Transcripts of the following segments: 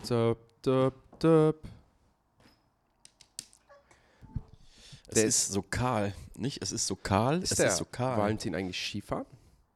Döp, döp, döp. Es ist so kahl. Nicht? Es ist so kahl. Ist Valentin eigentlich Skifahren?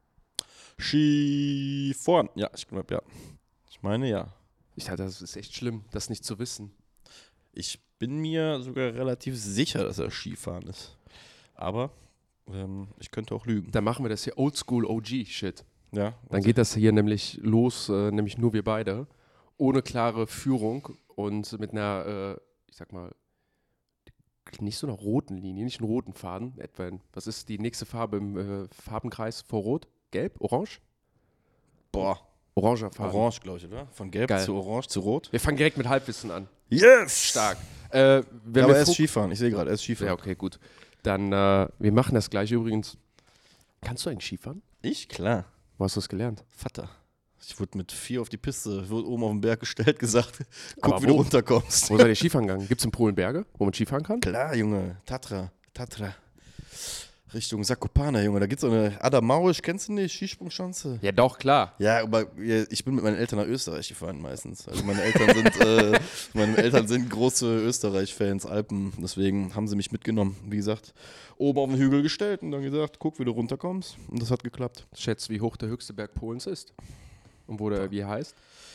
Skifahren. Ja, ich glaube, ja. Ich meine, ja. Ich dachte, das ist echt schlimm, das nicht zu wissen. Ich bin mir sogar relativ sicher, dass er Skifahren ist. Aber ich könnte auch lügen. Dann machen wir das hier Oldschool OG-Shit. Ja. Dann geht das hier nämlich los, nämlich nur wir beide, ohne klare Führung und mit einer, ich sag mal, nicht so einer roten Linie, nicht einen roten Faden. Was ist die nächste Farbe im Farbenkreis vor Rot? Gelb? Orange? Boah. Oranger Faden. Orange, glaube ich, oder? Von gelb Geil. zu orange zu rot. Wir fangen direkt mit Halbwissen an. Yes! Stark. Aber er ist Skifahren. Ich sehe gerade, er ist Skifahren. Ja, okay, gut. Dann, wir machen das gleich übrigens. Kannst du eigentlich Skifahren? Ich? Klar. Wo hast du das gelernt? Vater. Ich wurde mit 4 auf die Piste, wurde oben auf den Berg gestellt, gesagt, guck, Aber wie du runterkommst. Wo seid ihr Skifahren gegangen? Gibt es in Polen Berge, wo man Skifahren kann? Klar, Junge. Tatra. Richtung Zakopane, Junge. Da gibt's so eine Adamaurisch, kennst du nicht? Skisprungschanze. Ja, doch, klar. Ja, aber ich bin mit meinen Eltern nach Österreich gefahren meistens. Also meine Eltern sind große Österreich-Fans, Alpen. Deswegen haben sie mich mitgenommen. Wie gesagt, oben auf den Hügel gestellt und dann gesagt, guck, wie du runterkommst. Und das hat geklappt. Schätzt, wie hoch der höchste Berg Polens ist? Und wo der wie heißt?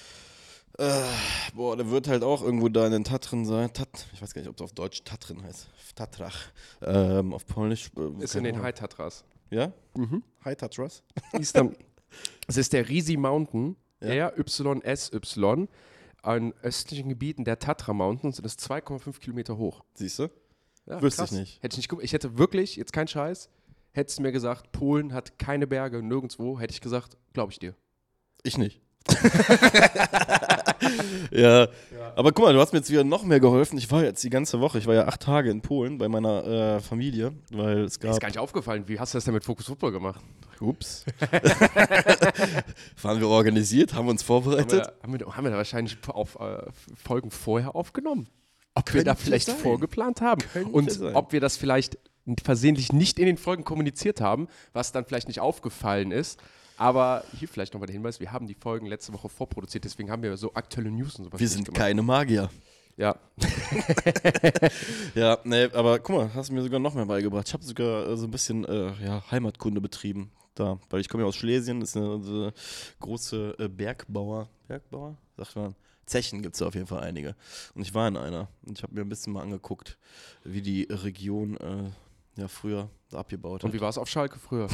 Der wird halt auch irgendwo da in den Tatren sein. Ich weiß gar nicht, ob es auf Deutsch Tatren heißt. Tatrach. Auf Polnisch. Ist in den High Tatras. Ja? Mhm. High Tatras. Es ist der Risi Mountain, Ja. RYSY, an östlichen Gebieten der Tatra Mountains und ist 2,5 Kilometer hoch. Siehst du? Ja, Wüsste krass. ich nicht. Hätte ich nicht gewusst. Ich hätte wirklich, jetzt kein Scheiß, hättest du mir gesagt, Polen hat keine Berge, nirgendwo, hätte ich gesagt, glaube ich dir. Ich nicht. Ja, aber guck mal, du hast mir jetzt wieder noch mehr geholfen. Ich war jetzt die ganze Woche, ich war ja 8 Tage in Polen bei meiner Familie, weil es Mir ist gab... gar nicht aufgefallen, wie hast du das denn mit Focus Football gemacht? Ups. Waren wir organisiert, haben uns vorbereitet. Haben wir da wahrscheinlich Folgen vorher aufgenommen? Ob wir da vielleicht sein. vorgeplant haben Könnte und sein. ob wir das vielleicht versehentlich nicht in den Folgen kommuniziert haben, was dann vielleicht nicht aufgefallen ist. Aber hier vielleicht nochmal der Hinweis, wir haben die Folgen letzte Woche vorproduziert, deswegen haben wir so aktuelle News und sowas Wir nicht sind gemacht. keine Magier. Ja, Ja, nee, aber guck mal, hast du mir sogar noch mehr beigebracht. Ich habe sogar so ein bisschen Heimatkunde betrieben da, weil ich komme ja aus Schlesien, das ist eine große Bergbauer, sagt man, Zechen gibt es da auf jeden Fall einige. Und ich war in einer und ich habe mir ein bisschen mal angeguckt, wie die Region früher da abgebaut hat. und wie war es auf Schalke früher?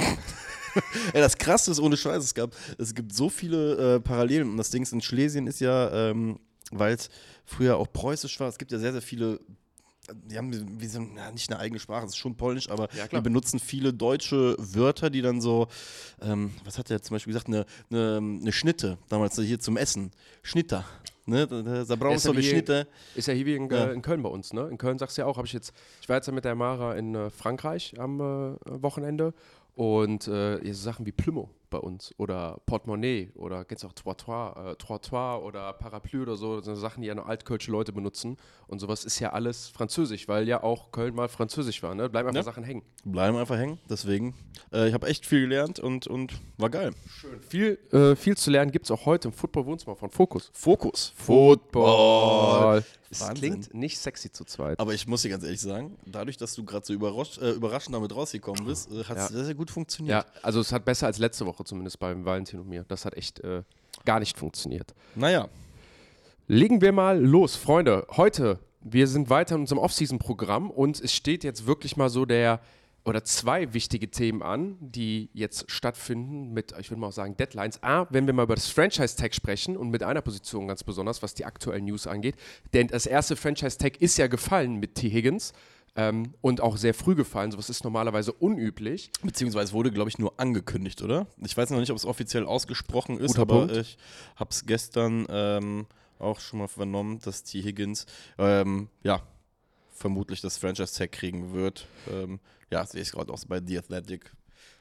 Ey, das Krasse ist, ohne Scheiß, es gibt so viele Parallelen und das Ding in Schlesien ist ja, weil es früher auch preußisch war, es gibt ja sehr, sehr viele, die haben nicht eine eigene Sprache, es ist schon polnisch, aber Ja, die klar. benutzen viele deutsche Wörter, die dann so, was hat der zum Beispiel gesagt, eine Schnitte, damals hier zum Essen, Schnitter. Ne, da brauchst du eine Schnitte. Ist ja hier wie in Ja. Köln bei uns, ne? In Köln sagst du ja auch, ich war jetzt ja mit der Mara in Frankreich am Wochenende und so Sachen wie Plümo bei uns oder Portemonnaie oder kennst du auch Trottoir oder Parapluie oder so Sachen, die ja nur altkölsche Leute benutzen und sowas ist ja alles französisch, weil ja auch Köln mal französisch war, ne? Bleiben einfach Ja. Sachen hängen. Bleiben einfach hängen, deswegen. Ich habe echt viel gelernt und war geil. Schön. Viel zu lernen gibt es auch heute im Football-Wohnzimmer von Fokus. Fokus. Football. Es Wahnsinn. klingt nicht sexy zu zweit. Aber ich muss dir ganz ehrlich sagen, dadurch, dass du gerade so überraschend damit rausgekommen bist, hat es Ja. sehr, sehr gut funktioniert. Ja, also es hat besser als letzte Woche zumindest beim Valentin und mir. Das hat echt gar nicht funktioniert. Naja, Legen wir mal los, Freunde. Heute, wir sind weiter in unserem Off-Season-Programm und es steht jetzt wirklich mal so zwei wichtige Themen an, die jetzt stattfinden mit, ich würde mal auch sagen, Deadlines. Wenn wir mal über das Franchise-Tag sprechen und mit einer Position ganz besonders, was die aktuellen News angeht. Denn das erste Franchise-Tag ist ja gefallen mit T. Higgins und auch sehr früh gefallen. Sowas ist normalerweise unüblich. beziehungsweise wurde, glaube ich, nur angekündigt, oder? Ich weiß noch nicht, ob es offiziell ausgesprochen ist, Guter aber Punkt. ich habe es gestern auch schon mal vernommen, dass T. Higgins, vermutlich das Franchise-Tag kriegen wird. Sehe ich gerade auch so bei The Athletic.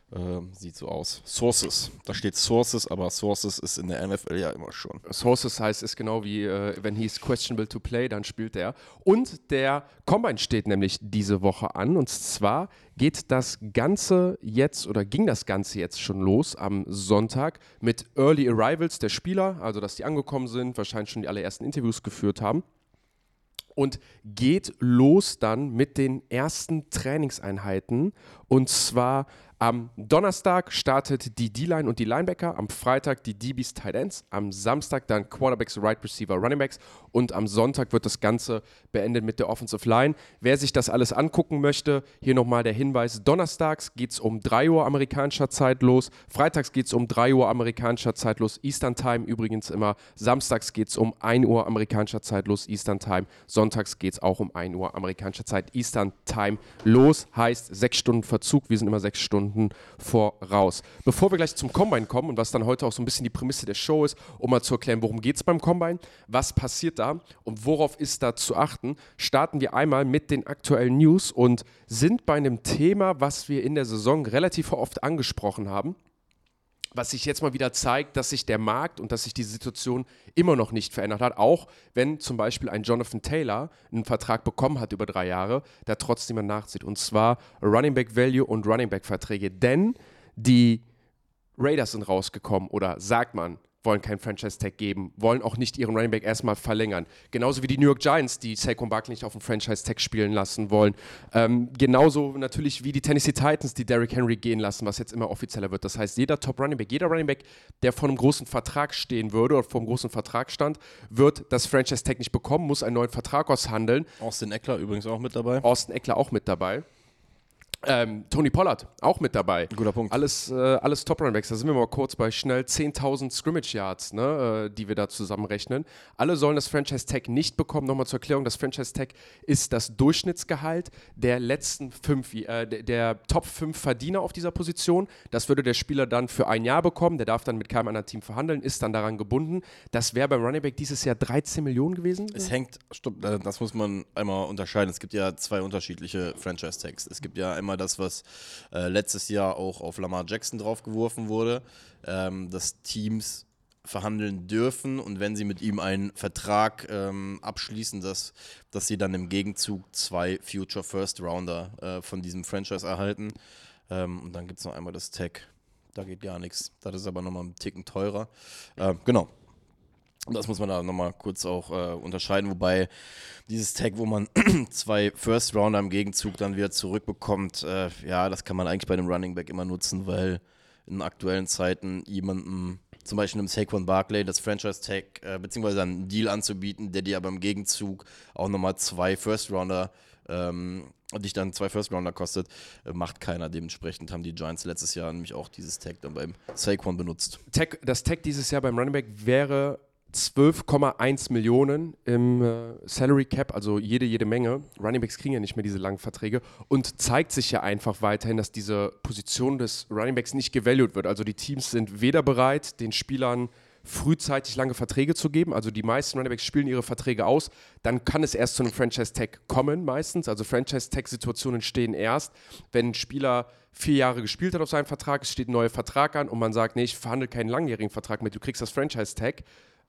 Sieht so aus. Sources. Da steht Sources, aber Sources ist in der NFL ja immer schon. Sources heißt, ist genau wie, wenn he's questionable to play, dann spielt er. Und der Combine steht nämlich diese Woche an. Und zwar ging das Ganze jetzt schon los am Sonntag mit Early Arrivals der Spieler, also dass die angekommen sind, wahrscheinlich schon die allerersten Interviews geführt haben. Und geht los dann mit den ersten Trainingseinheiten. Und zwar am Donnerstag startet die D-Line und die Linebacker, am Freitag die DBs, Tight Ends, am Samstag dann Quarterbacks, Right Receiver, Running Backs und am Sonntag wird das Ganze beendet mit der Offensive Line. Wer sich das alles angucken möchte, hier nochmal der Hinweis, donnerstags geht es um 3 Uhr amerikanischer Zeit los, freitags geht es um 3 Uhr amerikanischer Zeit los, Eastern Time übrigens immer, samstags geht es um 1 Uhr amerikanischer Zeit los, Eastern Time, sonntags geht es auch um 1 Uhr amerikanischer Zeit, Eastern Time los, heißt 6 Stunden Verzug, wir sind immer 6 Stunden voraus. Bevor wir gleich zum Combine kommen und was dann heute auch so ein bisschen die Prämisse der Show ist, um mal zu erklären, worum geht es beim Combine, was passiert da und worauf ist da zu achten, starten wir einmal mit den aktuellen News und sind bei einem Thema, was wir in der Saison relativ oft angesprochen haben, was sich jetzt mal wieder zeigt, dass sich der Markt und dass sich die Situation immer noch nicht verändert hat, auch wenn zum Beispiel ein Jonathan Taylor einen Vertrag bekommen hat über 3 Jahre, der trotzdem nachzieht. Und zwar Running Back Value und Running Back Verträge, denn die Raiders sind rausgekommen oder sagt man, wollen keinen Franchise-Tag geben, wollen auch nicht ihren Running Back erstmal verlängern. Genauso wie die New York Giants, die Saquon Barkley nicht auf dem Franchise-Tag spielen lassen wollen. Genauso natürlich wie die Tennessee Titans, die Derrick Henry gehen lassen, was jetzt immer offizieller wird. Das heißt, jeder Top-Running Back, jeder Running Back, der vor einem großen Vertrag stehen würde oder vor einem großen Vertrag stand, wird das Franchise-Tag nicht bekommen, muss einen neuen Vertrag aushandeln. Austin Eckler übrigens auch mit dabei. Tony Pollard auch mit dabei. Guter Punkt. Alles Top-Runbacks. Da sind wir mal kurz bei schnell 10.000 Scrimmage-Yards, die wir da zusammenrechnen. Alle sollen das Franchise-Tag nicht bekommen. Nochmal zur Erklärung, das Franchise-Tag ist das Durchschnittsgehalt der letzten der Top 5 Verdiener auf dieser Position. Das würde der Spieler dann für 1 Jahr bekommen. Der darf dann mit keinem anderen Team verhandeln, ist dann daran gebunden. Das wäre beim Running Back dieses Jahr 13 Millionen gewesen. Es hängt, stopp, das muss man einmal unterscheiden. Es gibt ja 2 unterschiedliche Franchise-Tags. Es gibt ja einmal das, was letztes Jahr auch auf Lamar Jackson draufgeworfen wurde, dass Teams verhandeln dürfen und wenn sie mit ihm einen Vertrag abschließen, dass sie dann im Gegenzug 2 Future First Rounder von diesem Franchise erhalten. Und dann gibt es noch einmal das Tag. Da geht gar nichts. Das ist aber nochmal einen Ticken teurer. Genau. Das muss man da nochmal kurz auch unterscheiden, wobei dieses Tag, wo man 2 First Rounder im Gegenzug dann wieder zurückbekommt, das kann man eigentlich bei einem Running Back immer nutzen, weil in aktuellen Zeiten jemandem, zum Beispiel einem Saquon Barkley, das Franchise Tag beziehungsweise einen Deal anzubieten, der dir aber im Gegenzug auch nochmal 2 First Rounder dich dann 2 First Rounder kostet, macht keiner. Dementsprechend haben die Giants letztes Jahr nämlich auch dieses Tag dann beim Saquon benutzt. Das Tag dieses Jahr beim Running Back wäre 12,1 Millionen im Salary Cap, also jede Menge. Runningbacks kriegen ja nicht mehr diese langen Verträge und zeigt sich ja einfach weiterhin, dass diese Position des Runningbacks nicht gevalued wird. Also die Teams sind weder bereit, den Spielern frühzeitig lange Verträge zu geben. Also die meisten Runningbacks spielen ihre Verträge aus. Dann kann es erst zu einem Franchise-Tag kommen meistens. Also Franchise-Tag-Situationen entstehen erst, wenn ein Spieler 4 Jahre gespielt hat auf seinem Vertrag, es steht ein neuer Vertrag an und man sagt, nee, ich verhandle keinen langjährigen Vertrag mit, du kriegst das Franchise-Tag.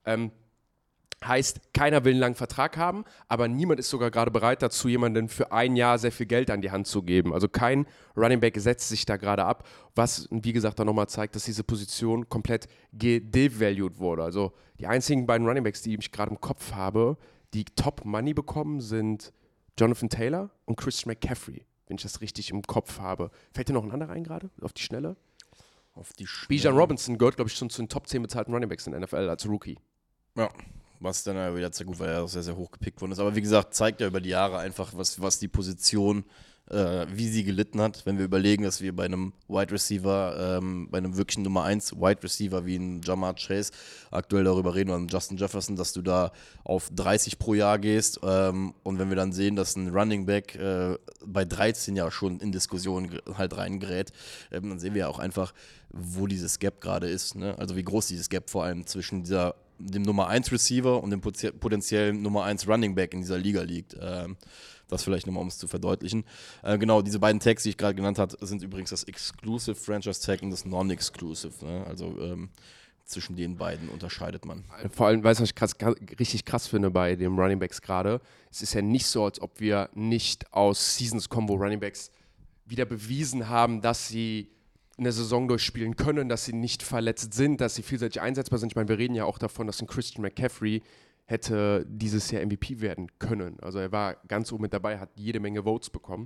Heißt, keiner will einen langen Vertrag haben, aber niemand ist sogar gerade bereit dazu, jemanden für 1 Jahr sehr viel Geld an die Hand zu geben. Also kein Running Back setzt sich da gerade ab, was, wie gesagt, dann nochmal zeigt, dass diese Position komplett devalued wurde. Also die einzigen beiden Running Backs, die ich gerade im Kopf habe, die Top Money bekommen, sind Jonathan Taylor und Christian McCaffrey, wenn ich das richtig im Kopf habe. Fällt dir noch ein anderer ein gerade, auf die Schnelle? Bijan Robinson gehört, glaube ich, schon zu den Top 10 bezahlten Running Backs in der NFL als Rookie. Ja, was dann ja wieder sehr gut, weil er auch sehr, sehr hoch gepickt worden ist. Aber wie gesagt, zeigt ja über die Jahre einfach, was die Position, wie sie gelitten hat. Wenn wir überlegen, dass wir bei einem Wide Receiver, bei einem wirklichen Nummer 1 Wide Receiver wie ein Ja'Marr Chase aktuell darüber reden, oder einen Justin Jefferson, dass du da auf 30 pro Jahr gehst. Und wenn wir dann sehen, dass ein Running Back bei 13 ja schon in Diskussionen halt reingerät, dann sehen wir ja auch einfach, wo dieses Gap gerade ist. Ne? Also wie groß dieses Gap vor allem zwischen dem Nummer 1 Receiver und dem potenziellen Nummer 1 Running Back in dieser Liga liegt. Das vielleicht nochmal, um es zu verdeutlichen. Genau, diese beiden Tags, die ich gerade genannt habe, sind übrigens das Exclusive Franchise Tag und das Non-Exclusive. Ne? Also zwischen den beiden unterscheidet man. Vor allem, weißt du, was ich richtig krass finde bei den Running Backs gerade? Es ist ja nicht so, als ob wir nicht aus Seasons kommen, wo Running Backs wieder bewiesen haben, dass sie eine Saison durchspielen können, dass sie nicht verletzt sind, dass sie vielseitig einsetzbar sind. Ich meine, wir reden ja auch davon, dass ein Christian McCaffrey hätte dieses Jahr MVP werden können. Also er war ganz oben mit dabei, hat jede Menge Votes bekommen.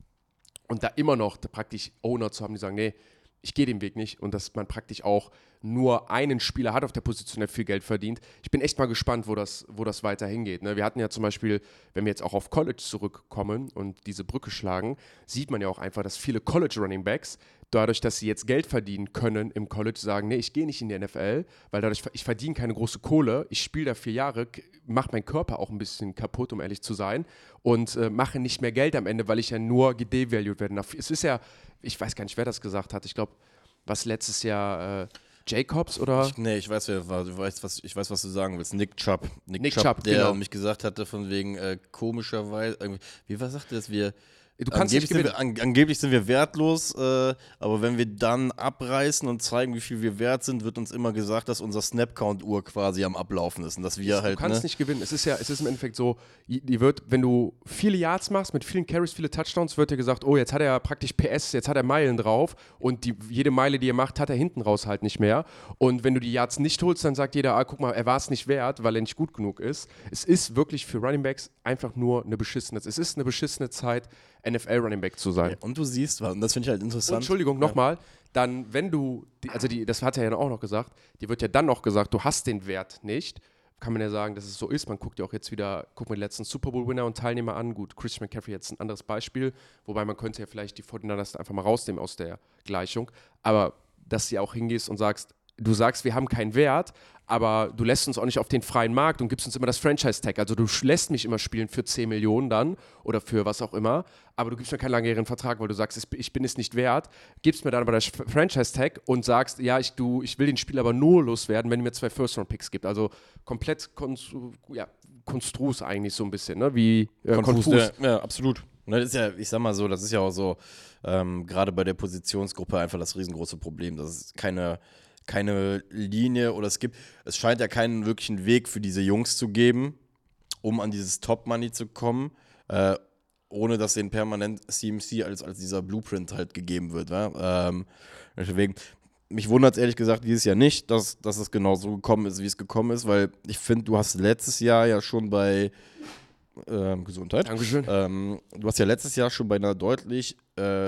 Und da immer noch praktisch Owner zu haben, die sagen, nee, ich gehe den Weg nicht, und dass man praktisch auch nur einen Spieler hat auf der Position, der viel Geld verdient. Ich bin echt mal gespannt, wo das weiter hingeht. Ne? Wir hatten ja zum Beispiel, wenn wir jetzt auch auf College zurückkommen und diese Brücke schlagen, sieht man ja auch einfach, dass viele College-Runningbacks, dadurch, dass sie jetzt Geld verdienen können im College, sagen, nee, ich gehe nicht in die NFL, weil dadurch, ich verdiene keine große Kohle, ich spiele da 4 Jahre, mache meinen Körper auch ein bisschen kaputt, um ehrlich zu sein, und mache nicht mehr Geld am Ende, weil ich ja nur gedevalued werde. Es ist ja, ich weiß gar nicht, wer das gesagt hat, ich glaube, was letztes Jahr Jacobs oder? Ich weiß, wer war. Ich weiß, was du sagen willst. Nick Chubb. Nick Chubb, der genau. mich gesagt hatte, von wegen komischerweise, was sagte das? Du kannst nicht gewinnen. Angeblich sind wir wertlos, aber wenn wir dann abreißen und zeigen, wie viel wir wert sind, wird uns immer gesagt, dass unser Snap-Count-Uhr quasi am Ablaufen ist und dass wir Du kannst nicht gewinnen. Es ist im Endeffekt so, wenn du viele Yards machst, mit vielen Carries, viele Touchdowns, wird dir gesagt, oh, jetzt hat er praktisch PS, jetzt hat er Meilen drauf, und jede Meile, die er macht, hat er hinten raus halt nicht mehr. Und wenn du die Yards nicht holst, dann sagt jeder, guck mal, er war es nicht wert, weil er nicht gut genug ist. Es ist wirklich für Runningbacks einfach nur eine beschissene Zeit, NFL-Runningback zu sein. Ja, und du siehst, und das finde ich halt interessant. Entschuldigung, nochmal, dann, wenn du, das hat er ja auch noch gesagt, dir wird ja dann noch gesagt, du hast den Wert nicht. Kann man ja sagen, dass es so ist. Man guckt ja auch jetzt wieder, guckt man die letzten Super Bowl-Winner und Teilnehmer an. Gut, Christian McCaffrey jetzt ein anderes Beispiel, wobei man könnte ja vielleicht die 49ers einfach mal rausnehmen aus der Gleichung. Aber dass du auch hingehst und sagst, wir haben keinen Wert, aber du lässt uns auch nicht auf den freien Markt und gibst uns immer das Franchise-Tag. Also du lässt mich immer spielen für 10 Millionen dann oder für was auch immer, aber du gibst mir keinen langjährigen Vertrag, weil du sagst, ich bin es nicht wert, gibst mir dann aber das Franchise-Tag und sagst, ja, ich will den Spieler aber nur loswerden, wenn du mir 2 First-Round-Picks gibt. Also komplett konstrus eigentlich so ein bisschen, ne? Wie konfus. Ja, absolut. Und das ist ja, ich sag mal so, das ist ja auch so, gerade bei der Positionsgruppe einfach das riesengroße Problem, dass es keine Linie oder es scheint ja keinen wirklichen Weg für diese Jungs zu geben, um an dieses Top-Money zu kommen, ohne dass denen permanent CMC als dieser Blueprint halt gegeben wird. Deswegen, mich wundert es ehrlich gesagt dieses Jahr nicht, dass es genau so gekommen ist, wie es gekommen ist, weil ich finde, du hast letztes Jahr ja schon bei Gesundheit. Dankeschön. Du hast ja letztes Jahr schon bei einer deutlich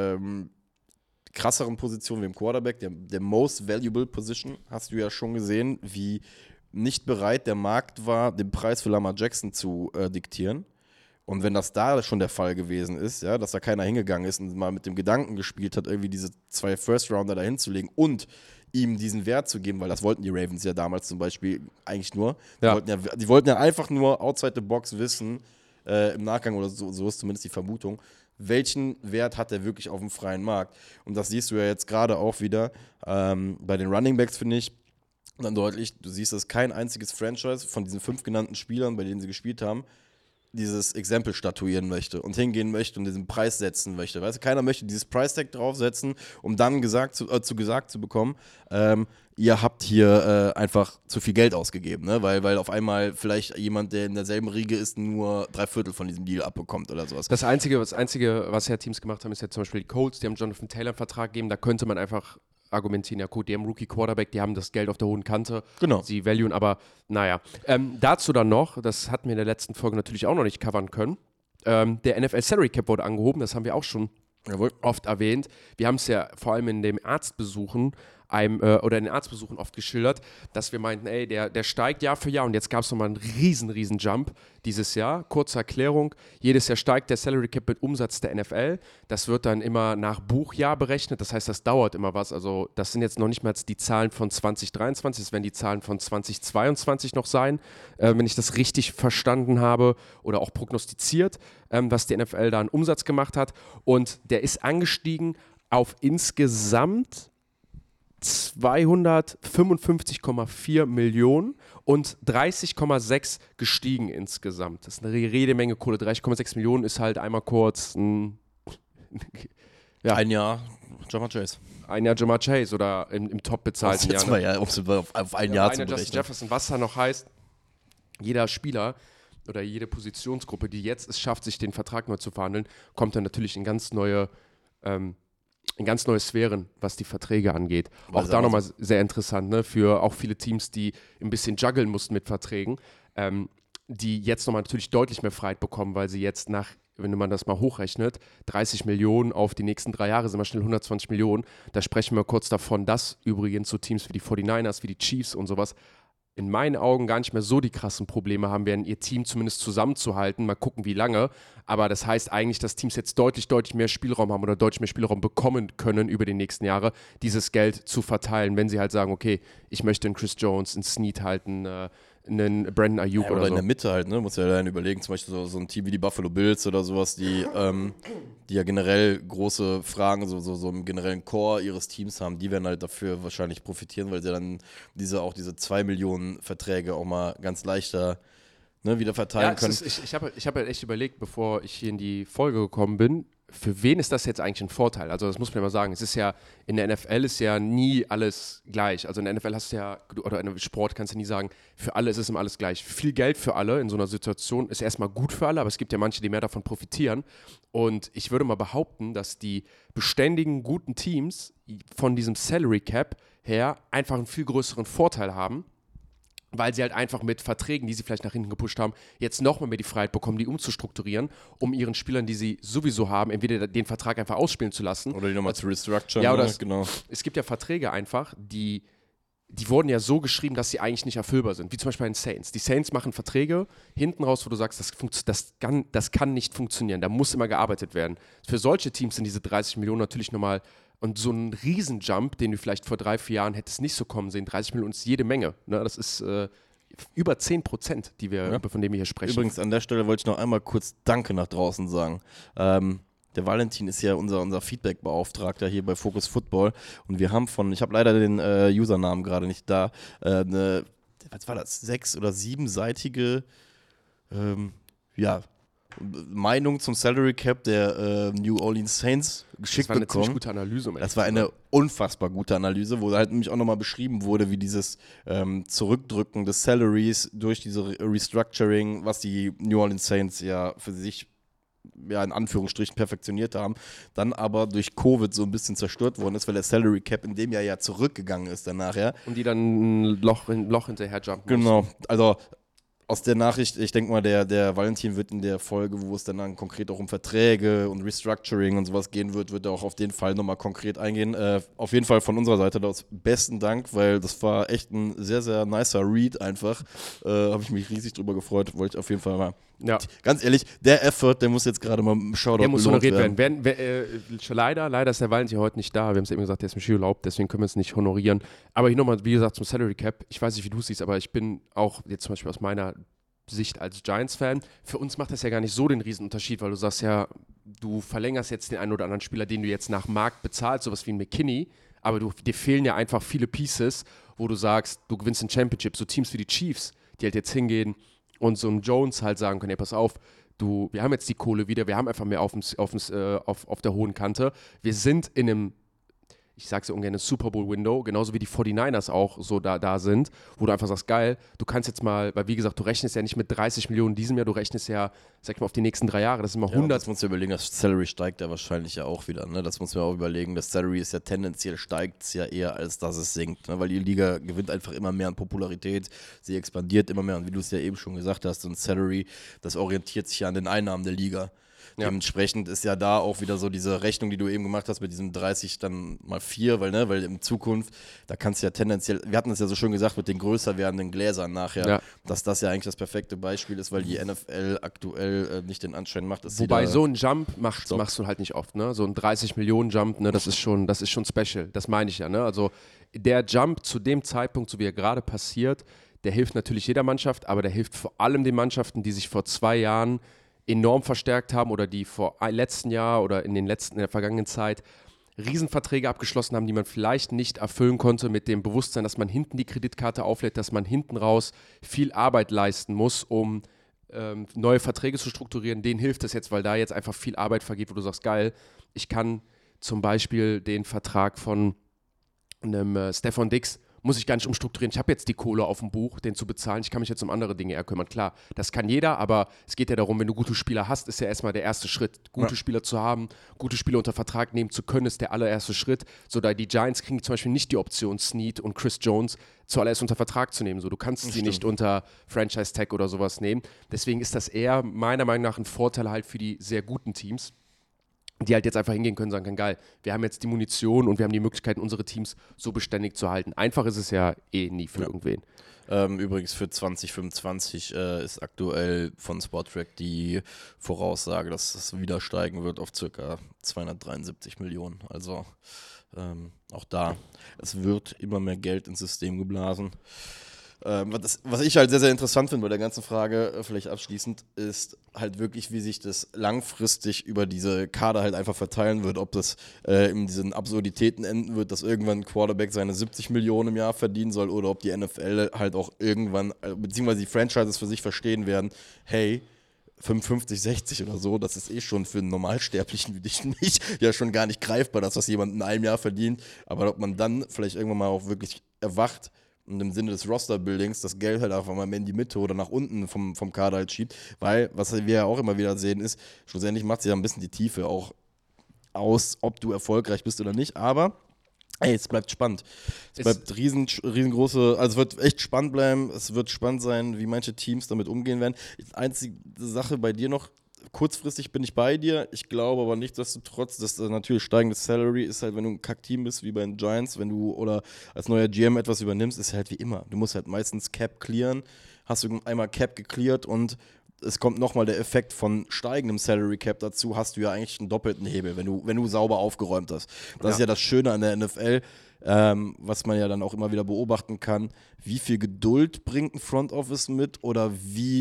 krasseren Position wie im Quarterback, der most valuable Position, hast du ja schon gesehen, wie nicht bereit der Markt war, den Preis für Lamar Jackson zu diktieren. Und wenn das da schon der Fall gewesen ist, ja, dass da keiner hingegangen ist und mal mit dem Gedanken gespielt hat, irgendwie diese 2 First-Rounder da hinzulegen und ihm diesen Wert zu geben, weil das wollten die Ravens ja damals zum Beispiel eigentlich nur. Ja. Die wollten ja einfach nur outside the box wissen, im Nachgang, oder so ist zumindest die Vermutung, welchen Wert hat er wirklich auf dem freien Markt. Und das siehst du ja jetzt gerade auch wieder bei den Runningbacks, finde ich, dann deutlich. Du siehst, dass kein einziges Franchise von diesen 5 genannten Spielern, bei denen sie gespielt haben, dieses Exempel statuieren möchte und hingehen möchte und diesen Preis setzen möchte. Weißt du, keiner möchte dieses Price-Tag draufsetzen, um dann gesagt zu bekommen, ihr habt hier einfach zu viel Geld ausgegeben, ne? Weil auf einmal vielleicht jemand, der in derselben Riege ist, nur 3/4 von diesem Deal abbekommt oder sowas. Das Einzige, was ja Teams gemacht haben, ist ja zum Beispiel die Colts, die haben Jonathan Taylor einen Vertrag gegeben, da könnte man einfach argumentieren, ja gut, die haben Rookie-Quarterback, die haben das Geld auf der hohen Kante, Genau. Sie valuen, aber naja. Dazu dann noch, das hatten wir in der letzten Folge natürlich auch noch nicht covern können, der NFL Salary Cap wurde angehoben, das haben wir auch schon oft erwähnt. Wir haben es ja vor allem in den Arztbesuchen oft geschildert, dass wir meinten, ey, der steigt Jahr für Jahr, und jetzt gab es nochmal einen riesen Jump dieses Jahr. Kurze Erklärung, jedes Jahr steigt der Salary Cap mit Umsatz der NFL. Das wird dann immer nach Buchjahr berechnet, das heißt, das dauert immer was. Also das sind jetzt noch nicht mal die Zahlen von 2023, das werden die Zahlen von 2022 noch sein, wenn ich das richtig verstanden habe oder auch prognostiziert, was die NFL da an Umsatz gemacht hat. Und der ist angestiegen auf insgesamt 255,4 Millionen und 30,6 gestiegen insgesamt. Das ist eine jede Menge Kohle. 30,6 Millionen ist halt einmal kurz ein Jahr Ja'Marr Chase. Ein Jahr Ja'Marr Chase oder im top bezahlten Jahr. Mal ja, auf ein Jahr zu berechnen. Justin Jefferson, was da noch heißt, jeder Spieler oder jede Positionsgruppe, die jetzt es schafft, sich den Vertrag neu zu verhandeln, kommt dann natürlich in ganz neue Sphären, was die Verträge angeht. Auch da nochmal sehr interessant, ne? Für auch viele Teams, die ein bisschen juggeln mussten mit Verträgen, die jetzt nochmal natürlich deutlich mehr Freiheit bekommen, weil sie jetzt wenn man das mal hochrechnet, 30 Millionen auf die nächsten 3 Jahre sind wir schnell 120 Millionen. Da sprechen wir kurz davon, dass übrigens so Teams wie die 49ers, wie die Chiefs und sowas in meinen Augen gar nicht mehr so die krassen Probleme haben werden, ihr Team zumindest zusammenzuhalten. Mal gucken, wie lange. Aber das heißt eigentlich, dass Teams jetzt deutlich mehr Spielraum haben oder deutlich mehr Spielraum bekommen können über die nächsten Jahre, dieses Geld zu verteilen, wenn sie halt sagen, okay, ich möchte einen Chris Jones, einen Snead halten, einen Brandon Ayuk oder so. Oder in der Mitte halt, ne? Muss ja dann überlegen, zum Beispiel so ein Team wie die Buffalo Bills oder sowas, die ja generell große Fragen, so im generellen Core ihres Teams haben, die werden halt dafür wahrscheinlich profitieren, weil sie dann diese 2 Millionen Verträge auch mal ganz leichter wieder verteilen können. Ich habe halt echt überlegt, bevor ich hier in die Folge gekommen bin, für wen ist das jetzt eigentlich ein Vorteil? Also das muss man ja mal sagen, es ist ja, in der NFL ist ja nie alles gleich. Also in der NFL hast du ja, oder in einem Sport kannst du nie sagen, für alle ist es immer alles gleich. Viel Geld für alle in so einer Situation ist erstmal gut für alle, aber es gibt ja manche, die mehr davon profitieren. Und ich würde mal behaupten, dass die beständigen, guten Teams von diesem Salary Cap her einfach einen viel größeren Vorteil haben, weil sie halt einfach mit Verträgen, die sie vielleicht nach hinten gepusht haben, jetzt nochmal mehr die Freiheit bekommen, die umzustrukturieren, um ihren Spielern, die sie sowieso haben, entweder den Vertrag einfach ausspielen zu lassen. Oder die nochmal zu restructuren. Ja, genau. Es gibt ja Verträge einfach, die wurden ja so geschrieben, dass sie eigentlich nicht erfüllbar sind. Wie zum Beispiel bei den Saints. Die Saints machen Verträge hinten raus, wo du sagst, das kann nicht funktionieren. Da muss immer gearbeitet werden. Für solche Teams sind diese 30 Millionen natürlich nochmal. Und so ein Riesenjump, den du vielleicht vor 3-4 Jahren hättest nicht so kommen sehen, 30 Millionen ist jede Menge. Ne? Das ist über 10%, von denen wir hier sprechen. Übrigens, an der Stelle wollte ich noch einmal kurz Danke nach draußen sagen. Der Valentin ist ja unser Feedback-Beauftragter hier bei Focus Football. Und wir haben ich habe leider den Usernamen gerade nicht da, was war das, 6- oder 7-seitige Meinung zum Salary Cap der New Orleans Saints geschickt bekommen. Das war eine ziemlich gute Analyse. Das war eine unfassbar gute Analyse, wo halt nämlich auch nochmal beschrieben wurde, wie dieses Zurückdrücken des Salaries durch diese Restructuring, was die New Orleans Saints ja für sich in Anführungsstrichen perfektioniert haben, dann aber durch Covid so ein bisschen zerstört worden ist, weil der Salary Cap in dem Jahr ja zurückgegangen ist danach, ja. Und die dann ein Loch hinterher jumpen Genau, also aus der Nachricht, ich denke mal, der Valentin wird in der Folge, wo es dann konkret auch um Verträge und Restructuring und sowas gehen wird er auch auf den Fall nochmal konkret eingehen. Auf jeden Fall von unserer Seite aus besten Dank, weil das war echt ein sehr, sehr nicer Read einfach. Habe ich mich riesig drüber gefreut, wollte ich auf jeden Fall mal. Ja. Ganz ehrlich, der Effort, der muss jetzt gerade mal im Shoutout der muss honoriert werden. Leider ist der Valentin heute nicht da. Wir haben es eben gesagt, der ist im Skiurlaub, deswegen können wir es nicht honorieren. Aber hier nochmal, wie gesagt, zum Salary Cap. Ich weiß nicht, wie du es siehst, aber ich bin auch jetzt zum Beispiel aus meiner Sicht als Giants-Fan, für uns macht das ja gar nicht so den Riesenunterschied, weil du sagst ja, du verlängerst jetzt den einen oder anderen Spieler, den du jetzt nach Markt bezahlst, sowas wie ein McKinney, aber dir fehlen ja einfach viele Pieces, wo du sagst, du gewinnst den Championship. So Teams wie die Chiefs, die halt jetzt hingehen und so ein Jones halt sagen können, hey, pass auf, wir haben jetzt die Kohle wieder, wir haben einfach mehr auf der hohen Kante. Wir sind in einem, ich sag's ja ungern, ein Super Bowl-Window, genauso wie die 49ers auch so da sind, wo du einfach sagst, geil, du kannst jetzt mal, weil wie gesagt, du rechnest ja nicht mit 30 Millionen diesem Jahr, du rechnest ja, sag ich mal, auf die nächsten 3 Jahre, das sind mal 100. Das muss man überlegen, das Salary steigt ja wahrscheinlich ja auch wieder, ne? Das muss man auch überlegen, das Salary ist ja tendenziell steigt es ja eher, als dass es sinkt, ne? Weil die Liga gewinnt einfach immer mehr an Popularität, sie expandiert immer mehr und wie du es ja eben schon gesagt hast, so ein Salary, das orientiert sich ja an den Einnahmen der Liga. Ja. Dementsprechend ist ja da auch wieder so diese Rechnung, die du eben gemacht hast mit diesem 30 dann mal 4, weil in Zukunft, da kannst du ja tendenziell, wir hatten es ja so schön gesagt mit den größer werdenden Gläsern nachher, dass das ja eigentlich das perfekte Beispiel ist, weil die NFL aktuell nicht den Anschein macht, dass wobei so ein Jump machst du halt nicht oft, ne? So ein 30 Millionen Jump, ne? Das ist schon special, das meine ich ja, ne? Also der Jump zu dem Zeitpunkt, so wie er gerade passiert, der hilft natürlich jeder Mannschaft, aber der hilft vor allem den Mannschaften, die sich vor 2 Jahren enorm verstärkt haben oder die vor letzten Jahr oder in der vergangenen Zeit Riesenverträge abgeschlossen haben, die man vielleicht nicht erfüllen konnte, mit dem Bewusstsein, dass man hinten die Kreditkarte auflädt, dass man hinten raus viel Arbeit leisten muss, um neue Verträge zu strukturieren. Denen hilft es jetzt, weil da jetzt einfach viel Arbeit vergeht, wo du sagst, geil, ich kann zum Beispiel den Vertrag von einem Stefan Dix muss ich gar nicht umstrukturieren. Ich habe jetzt die Kohle auf dem Buch, den zu bezahlen. Ich kann mich jetzt um andere Dinge eher kümmern. Klar, das kann jeder, aber es geht ja darum, wenn du gute Spieler hast, ist ja erstmal der erste Schritt. Gute Spieler zu haben, gute Spieler unter Vertrag nehmen zu können, ist der allererste Schritt. So, da die Giants kriegen zum Beispiel nicht die Option, Snead und Chris Jones zuallererst unter Vertrag zu nehmen. So, du kannst sie nicht unter Franchise-Tag oder sowas nehmen. Deswegen ist das eher meiner Meinung nach ein Vorteil halt für die sehr guten Teams, die halt jetzt einfach hingehen können und sagen können, geil, wir haben jetzt die Munition und wir haben die Möglichkeit, unsere Teams so beständig zu halten. Einfach ist es ja eh nie für irgendwen. Übrigens für 2025 ist aktuell von Spotrac die Voraussage, dass es wieder steigen wird auf ca. 273 Millionen. Also auch da, es wird immer mehr Geld ins System geblasen. Was ich halt sehr, sehr interessant finde bei der ganzen Frage, vielleicht abschließend, ist halt wirklich, wie sich das langfristig über diese Kader halt einfach verteilen wird, ob das in diesen Absurditäten enden wird, dass irgendwann ein Quarterback seine 70 Millionen im Jahr verdienen soll oder ob die NFL halt auch irgendwann, beziehungsweise die Franchises für sich verstehen werden, hey, 55, 60 oder so, das ist eh schon für einen Normalsterblichen wie dich nicht, ja schon gar nicht greifbar, dass das jemand in einem Jahr verdient, aber ob man dann vielleicht irgendwann mal auch wirklich erwacht und im Sinne des Roster-Buildings das Geld halt einfach mal mehr in die Mitte oder nach unten vom Kader halt schiebt, weil, was wir ja auch immer wieder sehen ist, schlussendlich macht sich ja ein bisschen die Tiefe auch aus, ob du erfolgreich bist oder nicht, aber ey, es bleibt spannend. Es bleibt riesengroße, also es wird echt spannend bleiben, es wird spannend sein, wie manche Teams damit umgehen werden. Die einzige Sache bei dir noch, kurzfristig bin ich bei dir, ich glaube aber nichtsdestotrotz, dass natürlich steigendes Salary ist halt, wenn du ein Kack-Team bist, wie bei den Giants, wenn du oder als neuer GM etwas übernimmst, ist halt wie immer. Du musst halt meistens Cap clearen, hast du einmal Cap gecleart und es kommt nochmal der Effekt von steigendem Salary Cap dazu, hast du ja eigentlich einen doppelten Hebel, wenn du sauber aufgeräumt hast. Das ist ja das Schöne an der NFL, was man ja dann auch immer wieder beobachten kann, wie viel Geduld bringt ein Front Office mit oder wie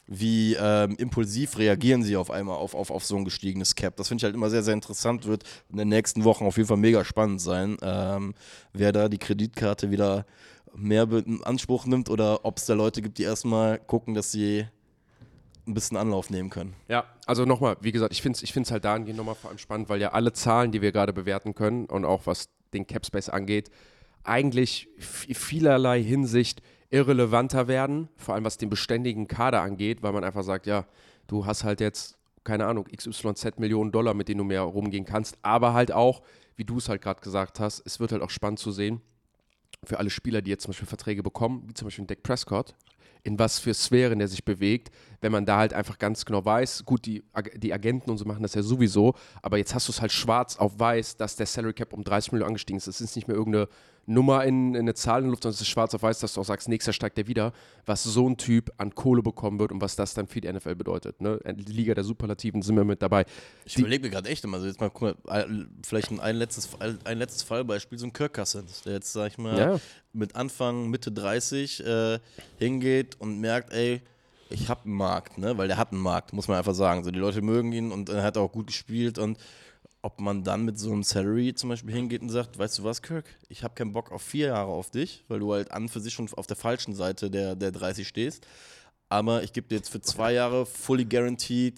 impulsiv reagieren sie auf einmal auf so ein gestiegenes Cap. Das finde ich halt immer sehr, sehr interessant, wird in den nächsten Wochen auf jeden Fall mega spannend sein, wer da die Kreditkarte wieder mehr in Anspruch nimmt oder ob es da Leute gibt, die erstmal gucken, dass sie ein bisschen Anlauf nehmen können. Ja, also nochmal, wie gesagt, ich finde es halt dahingehend nochmal vor allem spannend, weil ja alle Zahlen, die wir gerade bewerten können und auch was den Capspace angeht, eigentlich vielerlei Hinsicht irrelevanter werden, vor allem was den beständigen Kader angeht, weil man einfach sagt, ja, du hast halt jetzt, keine Ahnung, XYZ Millionen Dollar, mit denen du mehr rumgehen kannst, aber halt auch, wie du es halt gerade gesagt hast, es wird halt auch spannend zu sehen, für alle Spieler, die jetzt zum Beispiel Verträge bekommen, wie zum Beispiel Dak Prescott, in was für Sphären der sich bewegt, wenn man da halt einfach ganz genau weiß, gut, die Agenten und so machen das ja sowieso, aber jetzt hast du es halt schwarz auf weiß, dass der Salary Cap um 30 Millionen angestiegen ist. Es ist nicht mehr irgendeine Nummer in eine Zahl in der Luft, sondern es ist schwarz auf weiß, dass du auch sagst, nächster steigt der wieder, was so ein Typ an Kohle bekommen wird und was das dann für die NFL bedeutet. Ne? Die Liga der Superlativen sind wir mit dabei. Ich überlege mir gerade echt immer, also jetzt mal, guck mal, vielleicht ein letztes Fallbeispiel, so ein Kirk Cousins, der jetzt, sag ich mal, mit Anfang, Mitte 30 hingeht und merkt, ey, ich hab einen Markt, ne? Weil der hat einen Markt, muss man einfach sagen. So, die Leute mögen ihn und er hat auch gut gespielt und ob man dann mit so einem Salary zum Beispiel hingeht und sagt, weißt du was, Kirk, ich habe keinen Bock auf 4 Jahre auf dich, weil du halt an für sich schon auf der falschen Seite der 30 stehst, aber ich gebe dir jetzt für 2 Jahre fully guaranteed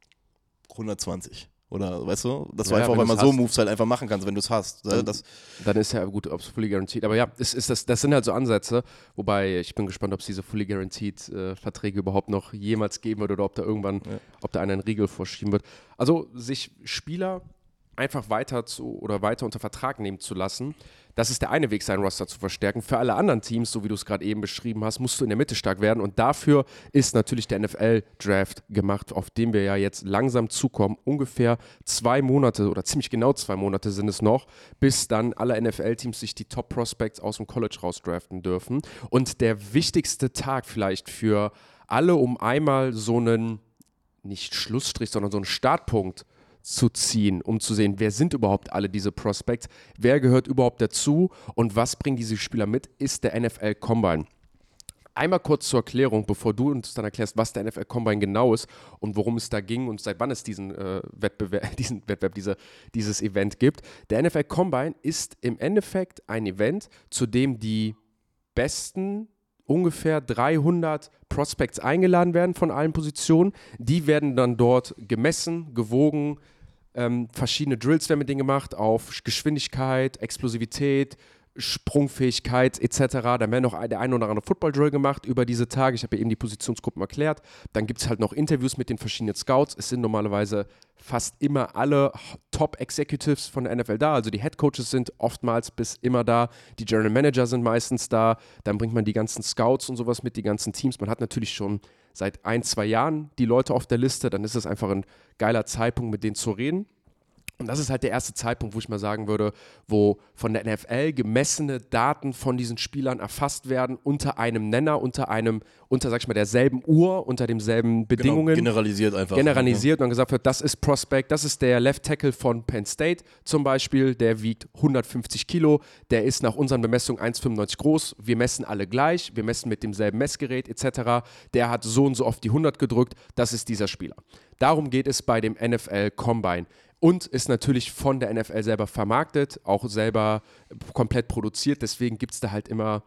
120. Oder, weißt du, dass du einfach, weil man so Moves halt einfach machen kannst, wenn du es hast. Dann ist ja gut, ob es fully guaranteed. Aber ja, das sind halt so Ansätze, wobei ich bin gespannt, ob es diese fully guaranteed Verträge überhaupt noch jemals geben wird oder ob da irgendwann, ob da einer einen Riegel vorschieben wird. Also sich Spieler einfach weiter unter Vertrag nehmen zu lassen, das ist der eine Weg, seinen Roster zu verstärken. Für alle anderen Teams, so wie du es gerade eben beschrieben hast, musst du in der Mitte stark werden und dafür ist natürlich der NFL-Draft gemacht, auf den wir ja jetzt langsam zukommen. Ungefähr 2 Monate oder ziemlich genau 2 Monate sind es noch, bis dann alle NFL-Teams sich die Top-Prospects aus dem College rausdraften dürfen. Und der wichtigste Tag vielleicht für alle, um einmal so einen, nicht Schlussstrich, sondern so einen Startpunkt zu ziehen, um zu sehen, wer sind überhaupt alle diese Prospects, wer gehört überhaupt dazu und was bringen diese Spieler mit, ist der NFL Combine. Einmal kurz zur Erklärung, bevor du uns dann erklärst, was der NFL Combine genau ist und worum es da ging und seit wann es diesen dieses Event gibt. Der NFL Combine ist im Endeffekt ein Event, zu dem die besten ungefähr 300 Prospects eingeladen werden von allen Positionen. Die werden dann dort gemessen, gewogen, verschiedene Drills werden mit denen gemacht auf Geschwindigkeit, Explosivität, Sprungfähigkeit etc. Dann werden noch der ein oder andere Football-Drill gemacht über diese Tage. Ich habe ja eben die Positionsgruppen erklärt. Dann gibt es halt noch Interviews mit den verschiedenen Scouts. Es sind normalerweise fast immer alle Top-Executives von der NFL da. Also die Head-Coaches sind oftmals bis immer da. Die General Manager sind meistens da. Dann bringt man die ganzen Scouts und sowas mit, die ganzen Teams. Man hat natürlich schon seit 1-2 Jahren die Leute auf der Liste. Dann ist es einfach ein geiler Zeitpunkt, mit denen zu reden. Und das ist halt der erste Zeitpunkt, wo ich mal sagen würde, wo von der NFL gemessene Daten von diesen Spielern erfasst werden unter einem Nenner, sag ich mal, derselben Uhr, unter demselben Bedingungen. Genau, generalisiert einfach. Generalisiert und dann gesagt wird, das ist Prospect, das ist der Left Tackle von Penn State zum Beispiel, der wiegt 150 Kilo, der ist nach unseren Bemessungen 1,95 groß, wir messen alle gleich, wir messen mit demselben Messgerät etc., der hat so und so oft die 100 gedrückt, das ist dieser Spieler. Darum geht es bei dem NFL Combine. Und ist natürlich von der NFL selber vermarktet, auch selber komplett produziert. Deswegen gibt es da halt immer,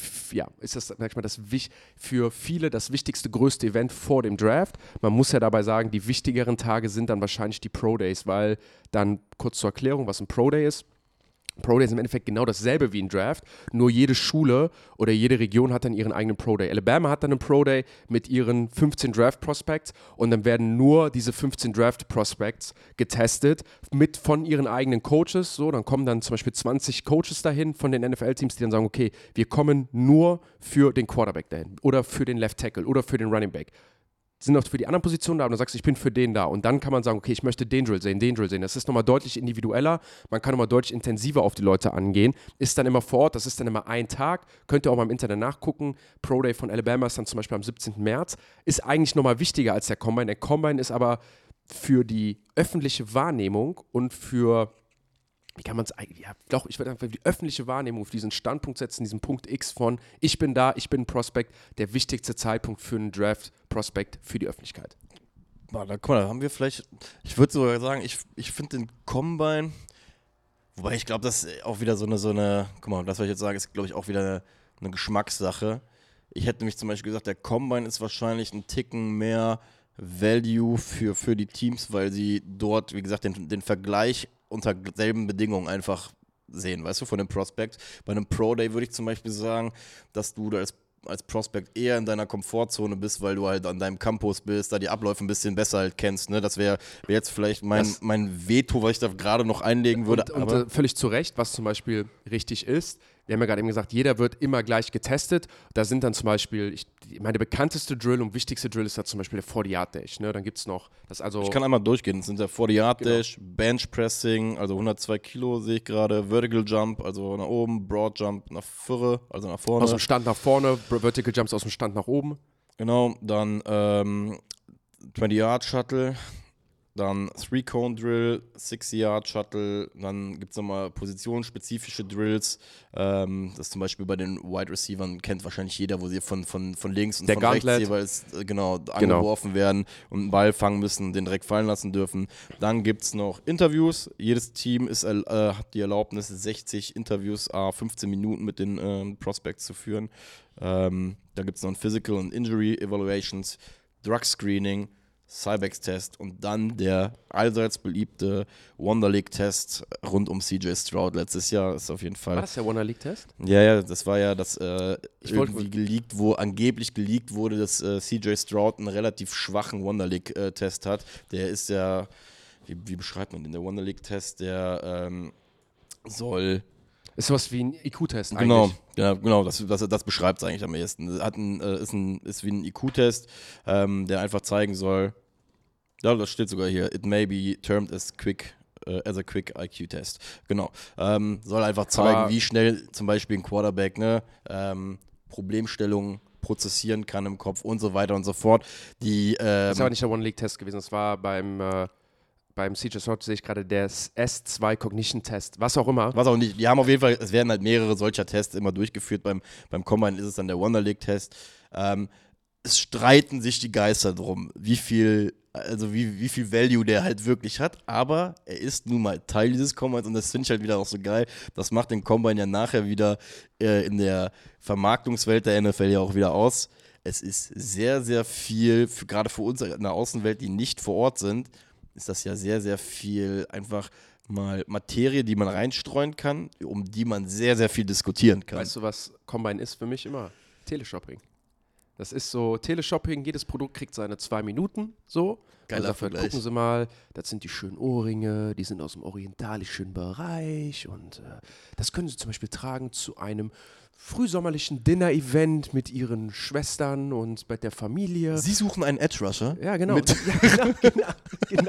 ist das, sag ich mal, für viele das wichtigste, größte Event vor dem Draft. Man muss ja dabei sagen, die wichtigeren Tage sind dann wahrscheinlich die Pro Days, weil dann kurz zur Erklärung, was ein Pro Day ist. Pro Day ist im Endeffekt genau dasselbe wie ein Draft, nur jede Schule oder jede Region hat dann ihren eigenen Pro Day. Alabama hat dann einen Pro Day mit ihren 15 Draft Prospects und dann werden nur diese 15 Draft Prospects getestet von ihren eigenen Coaches. So, dann kommen dann zum Beispiel 20 Coaches dahin von den NFL-Teams, die dann sagen, okay, wir kommen nur für den Quarterback dahin oder für den Left Tackle oder für den Running Back. Sind auch für die anderen Positionen da und dann sagst du, ich bin für den da. Und dann kann man sagen, okay, ich möchte den Drill sehen. Das ist nochmal deutlich individueller. Man kann nochmal deutlich intensiver auf die Leute angehen. Ist dann immer vor Ort, das ist dann immer ein Tag. Könnt ihr auch mal im Internet nachgucken. Pro Day von Alabama ist dann zum Beispiel am 17. März. Ist eigentlich nochmal wichtiger als der Combine. Der Combine ist aber für die öffentliche Wahrnehmung und für, wie kann man es eigentlich, ja, doch, ich würde einfach die öffentliche Wahrnehmung auf diesen Standpunkt setzen, diesen Punkt X von ich bin da, ich bin ein Prospect, der wichtigste Zeitpunkt für einen Draft-Prospect für die Öffentlichkeit. Guck mal, da haben wir vielleicht, ich würde sogar sagen, ich finde den Combine, wobei ich glaube, das ist auch wieder so eine, guck mal, das, was ich jetzt sage, ist, glaube ich, auch wieder eine Geschmackssache. Ich hätte nämlich zum Beispiel gesagt, der Combine ist wahrscheinlich ein Ticken mehr Value für die Teams, weil sie dort, wie gesagt, den Vergleich unter selben Bedingungen einfach sehen, weißt du, von dem Prospect. Bei einem Pro Day würde ich zum Beispiel sagen, dass du da als Prospect eher in deiner Komfortzone bist, weil du halt an deinem Campus bist, da die Abläufe ein bisschen besser halt kennst. Ne? Das wäre jetzt vielleicht mein Veto, was ich da gerade noch einlegen würde. Und völlig zu Recht, was zum Beispiel richtig ist. Wir haben ja gerade eben gesagt, jeder wird immer gleich getestet. Da sind dann zum Beispiel, meine bekannteste Drill und wichtigste Drill ist da zum Beispiel der 40-Yard-Dash. Ne? Dann gibt es noch, ich kann einmal durchgehen. Das sind der 40-Yard-Dash, genau. Bench Pressing, also 102 Kilo sehe ich gerade, Vertical Jump, also nach oben, Broad Jump nach vorne, also nach vorne. Aus dem Stand nach vorne, Vertical Jumps aus dem Stand nach oben. Genau, dann 20-Yard-Shuttle. Dann 3-Cone-Drill, 60-Yard-Shuttle, dann gibt es nochmal positionsspezifische Drills. Das ist zum Beispiel bei den Wide Receivern, kennt wahrscheinlich jeder, wo sie von links und der von Gauntlet. Rechts jeweils angeworfen werden und einen Ball fangen müssen, den direkt fallen lassen dürfen. Dann gibt es noch Interviews. Jedes Team hat die Erlaubnis, 60 Interviews, 15 Minuten mit den Prospects zu führen. Da gibt es noch ein Physical und Injury Evaluations, Drug Screening, Cybex-Test und dann der allseits beliebte Wonder League-Test rund um CJ Stroud letztes Jahr ist auf jeden Fall. War das der Wonder League-Test? Ja, das war ja, dass angeblich geleakt wurde, dass CJ Stroud einen relativ schwachen Wonder League-Test hat. Der ist ja, wie beschreibt man den? Der Wonder League-Test, der soll... Ist sowas wie ein IQ-Test eigentlich. Genau, das beschreibt es eigentlich am ehesten. Ist wie ein IQ-Test, der einfach zeigen soll, ja, das steht sogar hier, it may be termed as a quick IQ-Test. Genau. Soll einfach zeigen, wie schnell zum Beispiel ein Quarterback Problemstellungen prozessieren kann im Kopf und so weiter und so fort. Das ist aber nicht der One-League-Test gewesen, das war beim beim CJ Stroud sehe ich gerade der S2 Cognition Test, was auch immer. Was auch nicht, die haben auf jeden Fall, es werden halt mehrere solcher Tests immer durchgeführt. Beim Combine ist es dann der Wonder League Test. Es streiten sich die Geister drum, wie viel Value der halt wirklich hat, aber er ist nun mal Teil dieses Combines und das finde ich halt wieder auch so geil. Das macht den Combine ja nachher wieder in der Vermarktungswelt der NFL ja auch wieder aus. Es ist sehr, sehr viel, gerade für uns in der Außenwelt, die nicht vor Ort sind, ist das ja sehr, sehr viel einfach mal Materie, die man reinstreuen kann, um die man sehr, sehr viel diskutieren kann. Weißt du, was Combine ist für mich immer? Teleshopping. Das ist so, Teleshopping, jedes Produkt kriegt seine 2 Minuten, so. Geiler dafür Vergleich. gucken Sie mal, das sind die schönen Ohrringe, die sind aus dem orientalischen Bereich und das können Sie zum Beispiel tragen zu einem frühsommerlichen Dinner-Event mit Ihren Schwestern und bei der Familie. Sie suchen einen Edge Rusher? Ja, genau. Genau.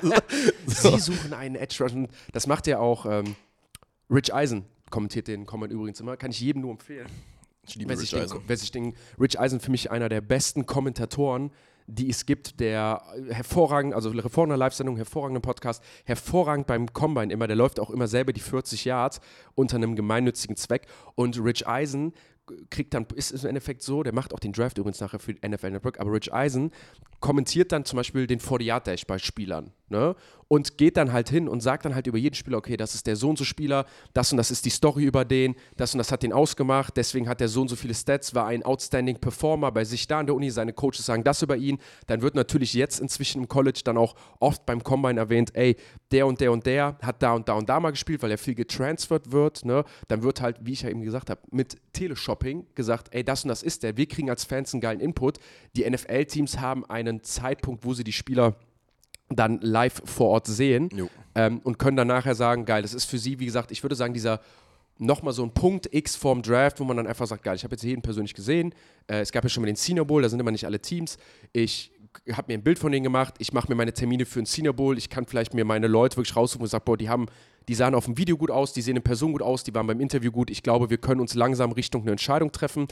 Sie suchen einen Edge Rusher. Das macht ja auch Rich Eisen, kommentiert den Comment übrigens immer, kann ich jedem nur empfehlen. Ich liebe Rich Eisen. Rich Eisen für mich einer der besten Kommentatoren, die es gibt, der hervorragend, also hervorragende Live-Sendung, hervorragenden Podcast, hervorragend beim Combine immer, der läuft auch immer selber die 40 Yards unter einem gemeinnützigen Zweck und Rich Eisen kriegt dann, ist im Endeffekt so, der macht auch den Draft übrigens nachher für NFL Network, aber Rich Eisen kommentiert dann zum Beispiel den 40-Yard-Dash bei Spielern, ne? Und geht dann halt hin und sagt dann halt über jeden Spieler, okay, das ist der so und so Spieler, das und das ist die Story über den, das und das hat den ausgemacht, deswegen hat der so und so viele Stats, war ein outstanding Performer bei sich da an der Uni, seine Coaches sagen das über ihn, dann wird natürlich jetzt inzwischen im College dann auch oft beim Combine erwähnt, ey, der und der und der hat da und da und da mal gespielt, weil er viel getransfert wird, ne? Dann wird halt, wie ich ja eben gesagt habe, mit Teleshopping gesagt, ey, das und das ist der, wir kriegen als Fans einen geilen Input, die NFL-Teams haben einen Zeitpunkt, wo sie die Spieler dann live vor Ort sehen und können dann nachher sagen, geil, das ist für sie, wie gesagt, ich würde sagen, dieser nochmal so ein Punkt X vorm Draft, wo man dann einfach sagt, geil, ich habe jetzt jeden persönlich gesehen, es gab ja schon mal den Senior Bowl, da sind immer nicht alle Teams, ich habe mir ein Bild von denen gemacht, ich mache mir meine Termine für einen Senior Bowl, ich kann vielleicht mir meine Leute wirklich raussuchen und sage, boah, die sahen auf dem Video gut aus, die sehen in Person gut aus, die waren beim Interview gut, ich glaube, wir können uns langsam Richtung eine Entscheidung treffen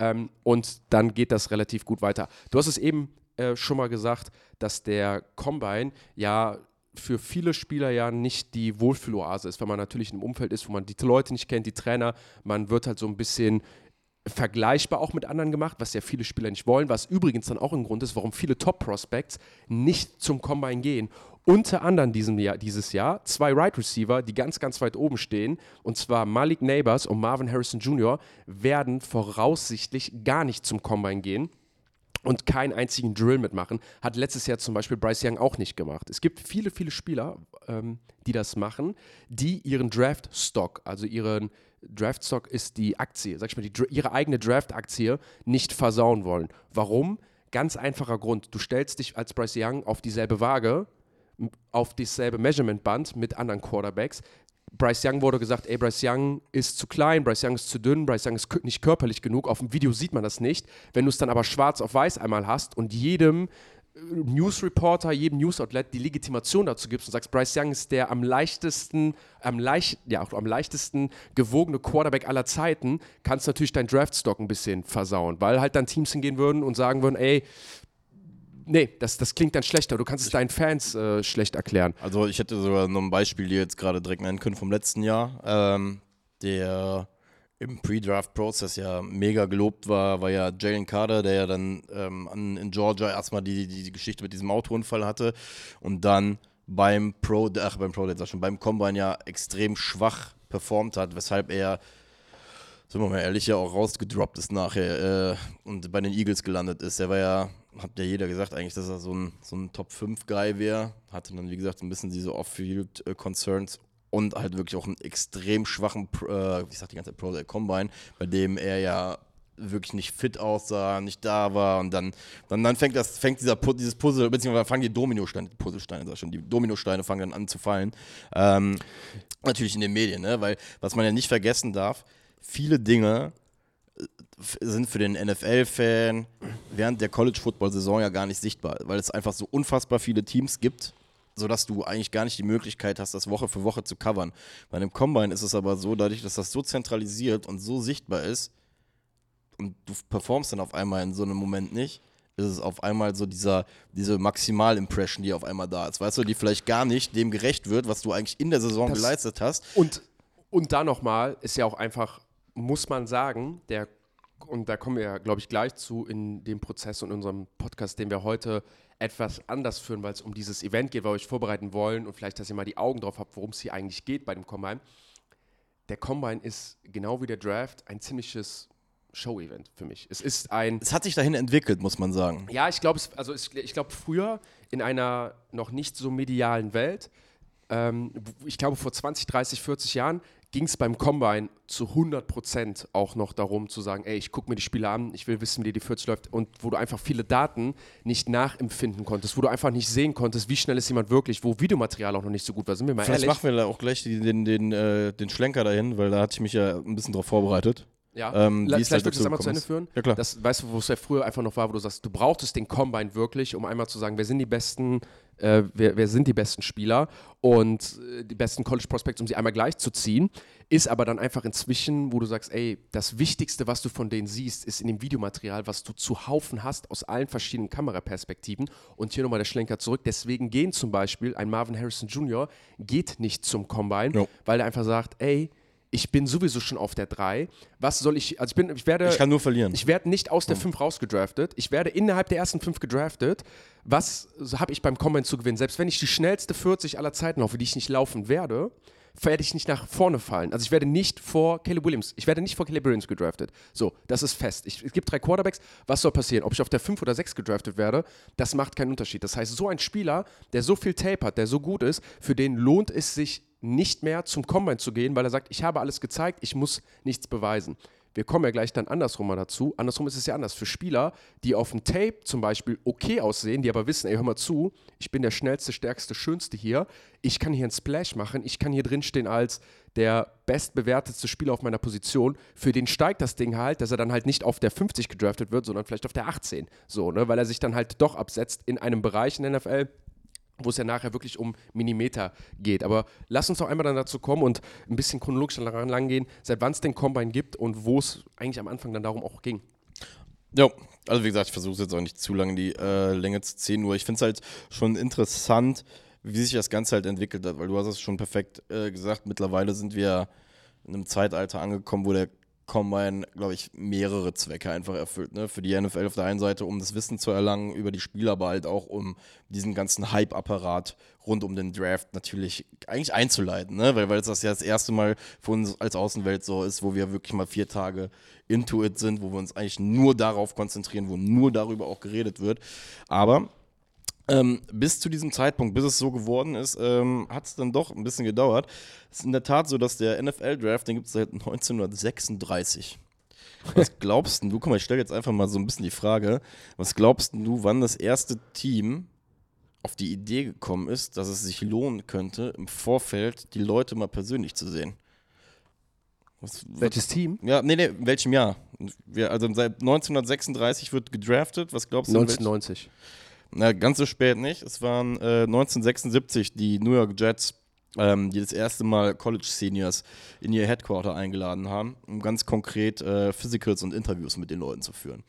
und dann geht das relativ gut weiter. Du hast es eben schon mal gesagt, dass der Combine ja für viele Spieler ja nicht die Wohlfühloase ist, weil man natürlich in einem Umfeld ist, wo man die Leute nicht kennt, die Trainer, man wird halt so ein bisschen vergleichbar auch mit anderen gemacht, was ja viele Spieler nicht wollen, was übrigens dann auch ein Grund ist, warum viele Top-Prospects nicht zum Combine gehen. Unter anderem dieses Jahr 2 Right Receiver, die ganz, ganz weit oben stehen, und zwar Malik Neighbors und Marvin Harrison Jr. werden voraussichtlich gar nicht zum Combine gehen und keinen einzigen Drill mitmachen. Hat letztes Jahr zum Beispiel Bryce Young auch nicht gemacht. Es gibt viele, viele Spieler, die das machen, die ihren Draft-Stock, also ihren Draft-Stock ist die Aktie, sag ich mal, ihre eigene Draft-Aktie nicht versauen wollen. Warum? Ganz einfacher Grund. Du stellst dich als Bryce Young auf dieselbe Waage, auf dasselbe Measurement-Band mit anderen Quarterbacks. Bryce Young wurde gesagt, ey, Bryce Young ist zu klein, Bryce Young ist zu dünn, Bryce Young ist nicht körperlich genug. Auf dem Video sieht man das nicht. Wenn du es dann aber schwarz auf weiß einmal hast und jedem News-Reporter, jedem News-Outlet die Legitimation dazu gibst und sagst, Bryce Young ist der am leichtesten gewogene Quarterback aller Zeiten, kannst du natürlich deinen Draftstock ein bisschen versauen, weil halt dann Teams hingehen würden und sagen würden, ey, nee, das klingt dann schlechter. Du kannst es deinen Fans schlecht erklären. Also ich hätte sogar noch ein Beispiel hier jetzt gerade direkt nennen können vom letzten Jahr, der im Pre-Draft-Prozess ja mega gelobt war ja Jalen Carter, der ja dann in Georgia erstmal die Geschichte mit diesem Autounfall hatte und dann beim Combine ja extrem schwach performt hat, weshalb er, sind wir mal ehrlich, ja auch rausgedroppt ist nachher und bei den Eagles gelandet ist. Er war ja, hat ja jeder gesagt eigentlich, dass er so ein Top-5-Guy wäre. Hatte dann, wie gesagt, ein bisschen diese Off-Field-Concerns und halt wirklich auch einen extrem schwachen, ich sag die ganze Zeit Pro Combine, bei dem er ja wirklich nicht fit aussah, nicht da war und dann fängt dieses Puzzle, beziehungsweise fangen die die Dominosteine fangen dann an zu fallen. Natürlich in den Medien, ne? Weil was man ja nicht vergessen darf, viele Dinge sind für den NFL-Fan während der College-Football-Saison ja gar nicht sichtbar, weil es einfach so unfassbar viele Teams gibt, sodass du eigentlich gar nicht die Möglichkeit hast, das Woche für Woche zu covern. Bei einem Combine ist es aber so, dadurch, dass das so zentralisiert und so sichtbar ist und du performst dann auf einmal in so einem Moment nicht, ist es auf einmal so diese Maximal-Impression, die auf einmal da ist, weißt du, die vielleicht gar nicht dem gerecht wird, was du eigentlich in der Saison geleistet hast. Und da nochmal ist ja auch einfach, muss man sagen, und da kommen wir ja, glaube ich, gleich zu in dem Prozess und unserem Podcast, den wir heute etwas anders führen, weil es um dieses Event geht, weil wir euch vorbereiten wollen und vielleicht, dass ihr mal die Augen drauf habt, worum es hier eigentlich geht bei dem Combine. Der Combine ist genau wie der Draft ein ziemliches Show-Event für mich. Es hat sich dahin entwickelt, muss man sagen. Ja, ich glaube, früher in einer noch nicht so medialen Welt, ich glaube vor 20, 30, 40 Jahren, ging es beim Combine zu 100% auch noch darum zu sagen, ey, ich gucke mir die Spiele an, ich will wissen, wie die 40 läuft, und wo du einfach viele Daten nicht nachempfinden konntest, wo du einfach nicht sehen konntest, wie schnell ist jemand wirklich, wo Videomaterial auch noch nicht so gut war. Sind wir mal Vielleicht ehrlich? machen wir da auch gleich den Schlenker dahin, weil da hatte ich mich ja ein bisschen drauf vorbereitet. Ja, vielleicht würde ich das einmal zu Ende führen. Ja, klar. Weißt du, wo es ja früher einfach noch war, wo du sagst, du brauchtest den Combine wirklich, um einmal zu sagen, wer sind die besten Spieler und die besten College Prospects, um sie einmal gleich zu ziehen, ist aber dann einfach inzwischen, wo du sagst, ey, das Wichtigste, was du von denen siehst, ist in dem Videomaterial, was du zu Haufen hast aus allen verschiedenen Kameraperspektiven. Und hier nochmal der Schlenker zurück. Deswegen gehen zum Beispiel ein Marvin Harrison Jr. geht nicht zum Combine, weil er einfach sagt, ey, ich bin sowieso schon auf der 3. Was soll ich, also ich kann nur verlieren. Ich werde nicht aus der 5 rausgedraftet. Ich werde innerhalb der ersten 5 gedraftet. Was habe ich beim Combine zu gewinnen? Selbst wenn ich die schnellste 40 aller Zeiten laufe, die ich nicht laufen werde ich nicht nach vorne fallen. Also ich werde nicht vor Caleb Williams gedraftet. So, das ist fest. Es gibt 3 Quarterbacks. Was soll passieren? Ob ich auf der 5 oder 6 gedraftet werde, das macht keinen Unterschied. Das heißt, so ein Spieler, der so viel Tape hat, der so gut ist, für den lohnt es sich nicht mehr zum Combine zu gehen, weil er sagt, ich habe alles gezeigt, ich muss nichts beweisen. Wir kommen ja gleich dann andersrum mal dazu. Andersrum ist es ja anders. Für Spieler, die auf dem Tape zum Beispiel okay aussehen, die aber wissen, ey, hör mal zu, ich bin der schnellste, stärkste, schönste hier, ich kann hier einen Splash machen, ich kann hier drin stehen als der bestbewertetste Spieler auf meiner Position, für den steigt das Ding halt, dass er dann halt nicht auf der 50 gedraftet wird, sondern vielleicht auf der 18. So, ne, weil er sich dann halt doch absetzt in einem Bereich in der NFL, wo es ja nachher wirklich um Millimeter geht. Aber lass uns doch einmal dann dazu kommen und ein bisschen chronologisch lang gehen, seit wann es den Combine gibt und wo es eigentlich am Anfang dann darum auch ging. Ja, also wie gesagt, ich versuche es jetzt auch nicht zu lange die Länge zu ziehen, nur ich finde es halt schon interessant, wie sich das Ganze halt entwickelt hat, weil du hast es schon perfekt gesagt, mittlerweile sind wir in einem Zeitalter angekommen, wo der Combine, glaube ich, mehrere Zwecke einfach erfüllt. Ne? Für die NFL auf der einen Seite, um das Wissen zu erlangen über die Spieler, aber halt auch, um diesen ganzen Hype-Apparat rund um den Draft natürlich eigentlich einzuleiten. Ne? Weil das ja das erste Mal für uns als Außenwelt so ist, wo wir wirklich mal 4 Tage into it sind, wo wir uns eigentlich nur darauf konzentrieren, wo nur darüber auch geredet wird. Aber bis zu diesem Zeitpunkt, bis es so geworden ist, hat es dann doch ein bisschen gedauert. Es ist in der Tat so, dass der NFL-Draft, den gibt es seit 1936. Was glaubst du, guck mal, ich stelle jetzt einfach mal so ein bisschen die Frage, was glaubst du, wann das erste Team auf die Idee gekommen ist, dass es sich lohnen könnte, im Vorfeld die Leute mal persönlich zu sehen? Welches Team? Ja, in welchem Jahr? Also seit 1936 wird gedraftet, was glaubst du? 1990. Na, ganz so spät nicht. Es waren 1976 die New York Jets, die das erste Mal College Seniors in ihr Headquarter eingeladen haben, um ganz konkret Physicals und Interviews mit den Leuten zu führen.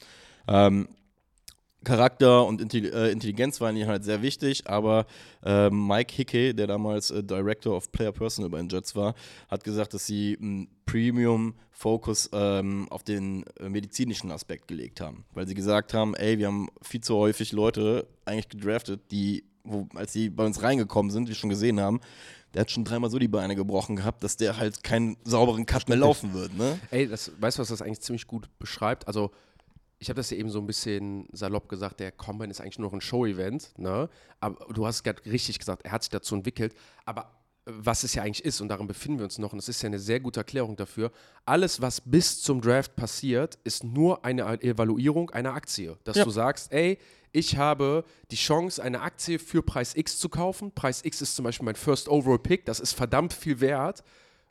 Charakter und Intelligenz waren ihnen halt sehr wichtig, aber Mike Hickey, der damals Director of Player Personnel bei den Jets war, hat gesagt, dass sie einen Premium-Focus auf den medizinischen Aspekt gelegt haben, weil sie gesagt haben, ey, wir haben viel zu häufig Leute eigentlich gedraftet, als die bei uns reingekommen sind, wie wir schon gesehen haben, der hat schon 3-mal so die Beine gebrochen gehabt, dass der halt keinen sauberen Cut mehr laufen wird. Ne? Ey, weißt du, was das eigentlich ziemlich gut beschreibt? Also ich habe das ja eben so ein bisschen salopp gesagt, der Combine ist eigentlich nur noch ein Show-Event, ne? Aber du hast es gerade richtig gesagt, er hat sich dazu entwickelt, aber was es ja eigentlich ist, und darin befinden wir uns noch, und es ist ja eine sehr gute Erklärung dafür, alles, was bis zum Draft passiert, ist nur eine Evaluierung einer Aktie. Dass du sagst, ey, ich habe die Chance, eine Aktie für Preis X zu kaufen. Preis X ist zum Beispiel mein First Overall Pick, das ist verdammt viel wert.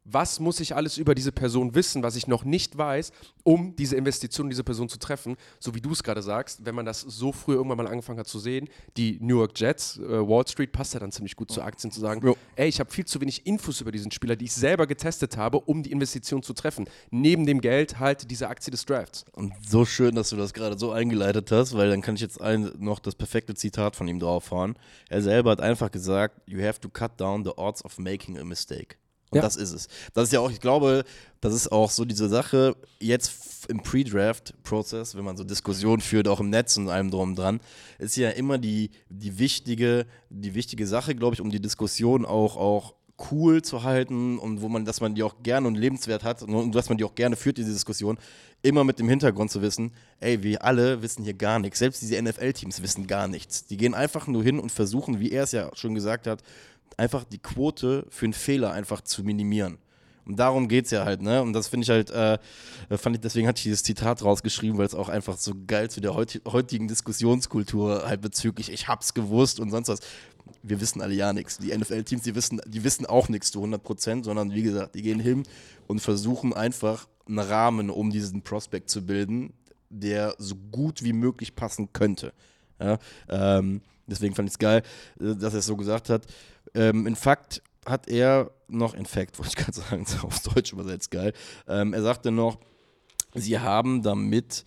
Was muss ich alles über diese Person wissen, was ich noch nicht weiß, um diese Investition in diese Person zu treffen? So wie du es gerade sagst, wenn man das so früh irgendwann mal angefangen hat zu sehen, die New York Jets, Wall Street passt ja dann ziemlich gut zu Aktien, zu sagen, ey, ich habe viel zu wenig Infos über diesen Spieler, die ich selber getestet habe, um die Investition zu treffen. Neben dem Geld halt diese Aktie des Drafts. Und so schön, dass du das gerade so eingeleitet hast, weil dann kann ich jetzt noch das perfekte Zitat von ihm draufhauen. Er selber hat einfach gesagt, you have to cut down the odds of making a mistake. Und das ist es. Das ist ja auch, ich glaube, das ist auch so diese Sache, jetzt im Pre-Draft-Prozess, wenn man so Diskussionen führt, auch im Netz und allem drum und dran, ist ja immer die wichtige Sache, glaube ich, um die Diskussion auch cool zu halten und dass man die auch gerne und lebenswert hat und dass man die auch gerne führt, diese Diskussion, immer mit dem Hintergrund zu wissen, ey, wir alle wissen hier gar nichts. Selbst diese NFL-Teams wissen gar nichts. Die gehen einfach nur hin und versuchen, wie er es ja schon gesagt hat, einfach die Quote für einen Fehler einfach zu minimieren. Und darum geht es ja halt, ne? Und das finde ich halt, deswegen hatte ich dieses Zitat rausgeschrieben, weil es auch einfach so geil zu der heutigen Diskussionskultur halt bezüglich, ich hab's gewusst und sonst was. Wir wissen alle ja nichts. Die NFL-Teams, die wissen auch nichts zu 100%, sondern wie gesagt, die gehen hin und versuchen einfach einen Rahmen, um diesen Prospect zu bilden, der so gut wie möglich passen könnte. Ja? Deswegen fand ich es geil, dass er es so gesagt hat. In Fact hat er noch, in Fact, wollte ich gerade sagen, aufs Deutsch übersetzt, geil. Er sagte noch, sie haben damit,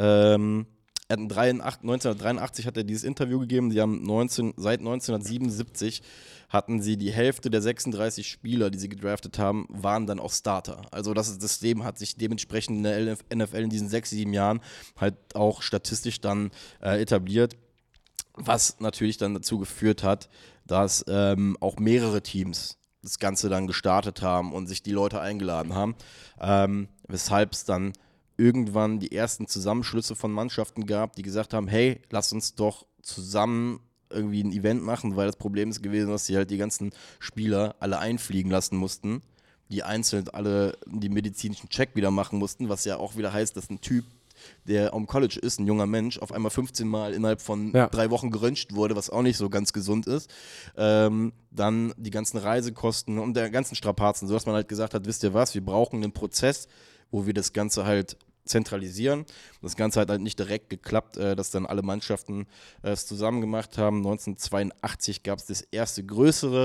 1983 hat er dieses Interview gegeben, sie haben seit 1977 hatten sie die Hälfte der 36 Spieler, die sie gedraftet haben, waren dann auch Starter. Also das System hat sich dementsprechend in der NFL in diesen 6, 7 Jahren halt auch statistisch dann etabliert, was natürlich dann dazu geführt hat, dass auch mehrere Teams das Ganze dann gestartet haben und sich die Leute eingeladen haben, weshalb es dann irgendwann die ersten Zusammenschlüsse von Mannschaften gab, die gesagt haben, hey, lass uns doch zusammen irgendwie ein Event machen, weil das Problem ist gewesen, dass sie halt die ganzen Spieler alle einfliegen lassen mussten, die einzeln alle die medizinischen Check wieder machen mussten, was ja auch wieder heißt, dass ein Typ, der am College ist, ein junger Mensch, auf einmal 15 Mal innerhalb von 3 Wochen geröntgt wurde, was auch nicht so ganz gesund ist. Dann die ganzen Reisekosten und der ganzen Strapazen, sodass man halt gesagt hat, wisst ihr was, wir brauchen einen Prozess, wo wir das Ganze halt zentralisieren. Das Ganze hat halt nicht direkt geklappt, dass dann alle Mannschaften es zusammen gemacht haben. 1982 gab es das erste größere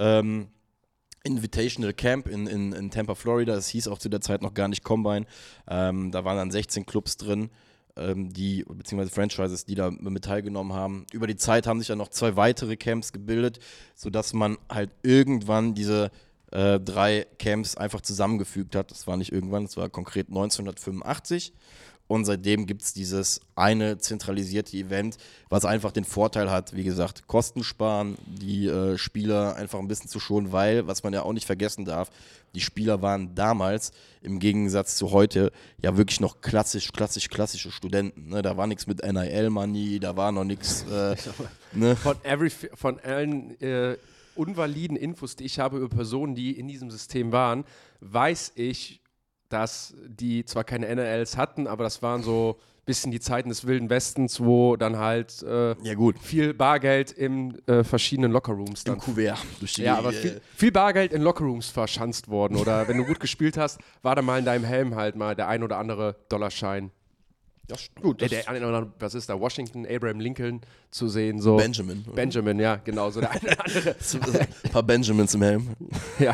Invitational Camp in Tampa, Florida. Das hieß auch zu der Zeit noch gar nicht Combine. Da waren dann 16 Clubs drin, beziehungsweise Franchises, die da mit teilgenommen haben. Über die Zeit haben sich dann noch 2 weitere Camps gebildet, sodass man halt irgendwann diese 3 Camps einfach zusammengefügt hat. Das war nicht irgendwann, das war konkret 1985. Und seitdem gibt es dieses eine zentralisierte Event, was einfach den Vorteil hat, wie gesagt, Kosten sparen, die Spieler einfach ein bisschen zu schonen, weil, was man ja auch nicht vergessen darf, die Spieler waren damals im Gegensatz zu heute ja wirklich noch klassische Studenten. Ne? Da war nichts mit NIL-Money, da war noch nichts. Ne? Von allen unvaliden Infos, die ich habe über Personen, die in diesem System waren, weiß ich, dass die zwar keine NLs hatten, aber das waren so ein bisschen die Zeiten des Wilden Westens, wo dann halt viel Bargeld in verschiedenen Lockerrooms dann. Im Kuvert. Aber viel Bargeld in Lockerrooms verschanzt worden. Oder wenn du gut gespielt hast, war da mal in deinem Helm halt mal der ein oder andere Dollarschein. Das gut. Was ist da? Washington, Abraham Lincoln zu sehen. So. Benjamin, ja, genau. So der eine oder andere. Ein paar Benjamins im Helm. Ja.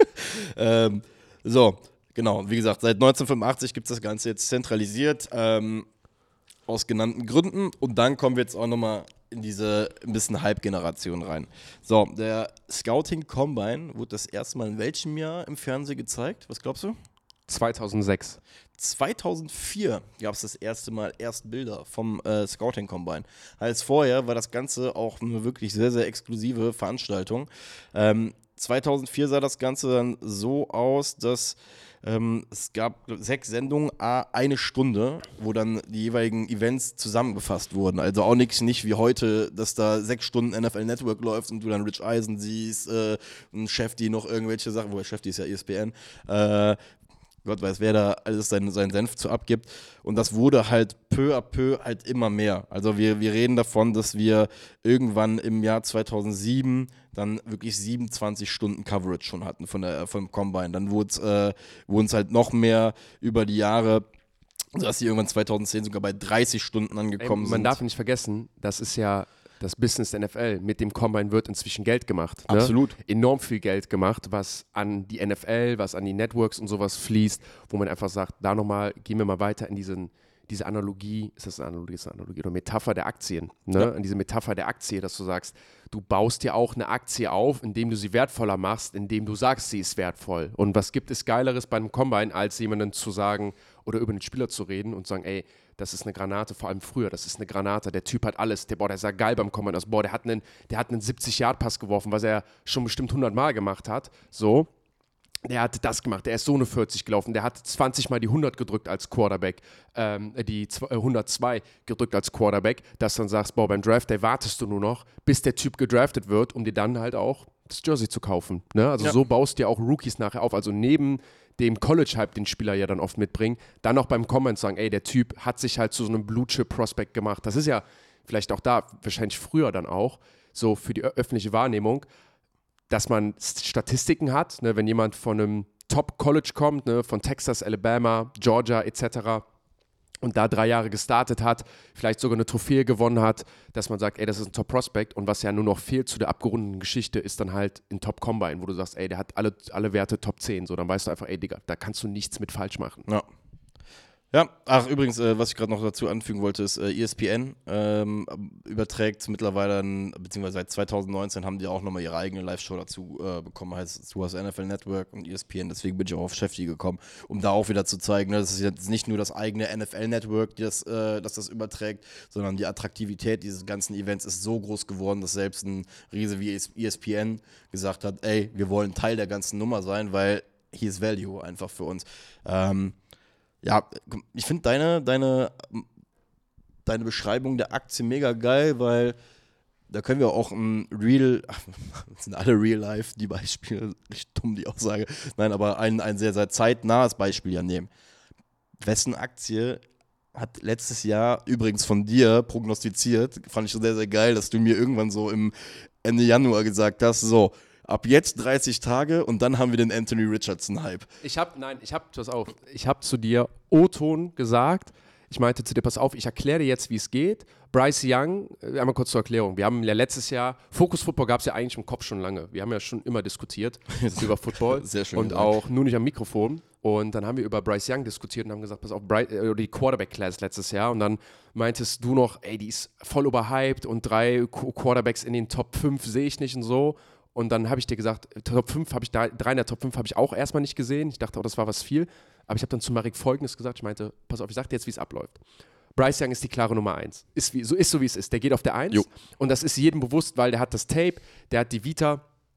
So, genau. Wie gesagt, seit 1985 gibt es das Ganze jetzt zentralisiert, aus genannten Gründen. Und dann kommen wir jetzt auch nochmal in diese ein bisschen Hype-Generation rein. So, der Scouting Combine wurde das erste Mal in welchem Jahr im Fernsehen gezeigt? Was glaubst du? 2006. 2004 gab es das erste Mal Bilder vom Scouting Combine. Als vorher war das Ganze auch eine wirklich sehr, sehr exklusive Veranstaltung. 2004 sah das Ganze dann so aus, dass es gab 6 Sendungen, eine Stunde, wo dann die jeweiligen Events zusammengefasst wurden. Also auch nicht wie heute, dass da 6 Stunden NFL Network läuft und du dann Rich Eisen siehst, ein Chef, die noch irgendwelche Sachen, wobei Chef, die ist ja ESPN, Gott weiß, wer da alles seinen Senf zu abgibt. Und das wurde halt peu à peu halt immer mehr. Also wir reden davon, dass wir irgendwann im Jahr 2007 dann wirklich 27 Stunden Coverage schon hatten vom Combine. Dann wurden es halt noch mehr über die Jahre, dass sie irgendwann 2010 sogar bei 30 Stunden angekommen sind. Man darf nicht vergessen, das ist ja das Business der NFL. Mit dem Combine wird inzwischen Geld gemacht. Ne? Absolut. Enorm viel Geld gemacht, was an die NFL, was an die Networks und sowas fließt, wo man einfach sagt, da nochmal, gehen wir mal weiter in diese Analogie, ist das eine Analogie oder Metapher der Aktien, ne? Ja. An diese Metapher der Aktie, dass du sagst, du baust dir auch eine Aktie auf, indem du sie wertvoller machst, indem du sagst, sie ist wertvoll. Und was gibt es Geileres beim Combine, als jemanden zu sagen oder über den Spieler zu reden und zu sagen, ey, das ist eine Granate, vor allem früher, das ist eine Granate, der Typ hat alles, der sah geil beim Combine aus, der hat einen 70-Yard-Pass geworfen, was er schon bestimmt 100 Mal gemacht hat, so. Der hat das gemacht, der ist so eine 40 gelaufen, der hat 20 Mal die 100 gedrückt als Quarterback, die 102 gedrückt als Quarterback, dass du dann sagst, beim Draft Day wartest du nur noch, bis der Typ gedraftet wird, um dir dann halt auch das Jersey zu kaufen. Ne? Also so baust du ja auch Rookies nachher auf, also neben dem College-Hype, den Spieler ja dann oft mitbringen, dann auch beim Comment sagen, ey, der Typ hat sich halt zu so einem Blue-Chip-Prospect gemacht. Das ist ja vielleicht auch da, wahrscheinlich früher dann auch, so für die öffentliche Wahrnehmung, dass man Statistiken hat, ne, wenn jemand von einem Top-College kommt, ne, von Texas, Alabama, Georgia etc. und da 3 Jahre gestartet hat, vielleicht sogar eine Trophäe gewonnen hat, dass man sagt, ey, das ist ein Top-Prospect und was ja nur noch fehlt zu der abgerundeten Geschichte, ist dann halt ein Top-Combine, wo du sagst, ey, der hat alle Werte Top 10, so, dann weißt du einfach, ey, Digga, da kannst du nichts mit falsch machen. Ja. Ja, ach übrigens, was ich gerade noch dazu anfügen wollte, ist ESPN überträgt mittlerweile, beziehungsweise seit 2019 haben die auch nochmal ihre eigene Live-Show dazu bekommen, heißt du hast NFL Network und ESPN, deswegen bin ich auch auf Shefty gekommen, um da auch wieder zu zeigen, ne, das ist jetzt nicht nur das eigene NFL Network, das überträgt, sondern die Attraktivität dieses ganzen Events ist so groß geworden, dass selbst ein Riese wie ESPN gesagt hat, ey, wir wollen Teil der ganzen Nummer sein, weil hier ist Value einfach für uns. Ja, ich finde deine Beschreibung der Aktie mega geil, weil da können wir auch das sind alle Real-Life, die Beispiele, richtig dumm die Aussage, nein, aber ein sehr, sehr zeitnahes Beispiel ja nehmen. Wessen Aktie hat letztes Jahr übrigens von dir prognostiziert, fand ich sehr, sehr geil, dass du mir irgendwann so im Ende Januar gesagt hast, so, ab jetzt 30 Tage und dann haben wir den Anthony Richardson-Hype. Ich habe zu dir O-Ton gesagt, ich meinte zu dir, pass auf, ich erkläre dir jetzt, wie es geht. Bryce Young, einmal kurz zur Erklärung, wir haben ja letztes Jahr, Focus Football gab es ja eigentlich im Kopf schon lange, wir haben ja schon immer diskutiert über Football. Sehr schön und gesagt. Auch nur nicht am Mikrofon. Und dann haben wir über Bryce Young diskutiert und haben gesagt, pass auf, die Quarterback-Class letztes Jahr. Und dann meintest du noch, ey, die ist voll überhyped und 3 Quarterbacks in den Top 5 sehe ich nicht und so. Und dann habe ich dir gesagt, Top 5 habe ich 3 in der Top 5 habe ich auch erstmal nicht gesehen. Ich dachte, das war was viel. Aber ich habe dann zu Marek Folgendes gesagt. Ich meinte, pass auf, ich sag dir jetzt, wie es abläuft. Bryce Young ist die klare Nummer 1. Ist so, wie es ist. Der geht auf der 1. Jo. Und das ist jedem bewusst, weil der hat das Tape, der hat die Vita,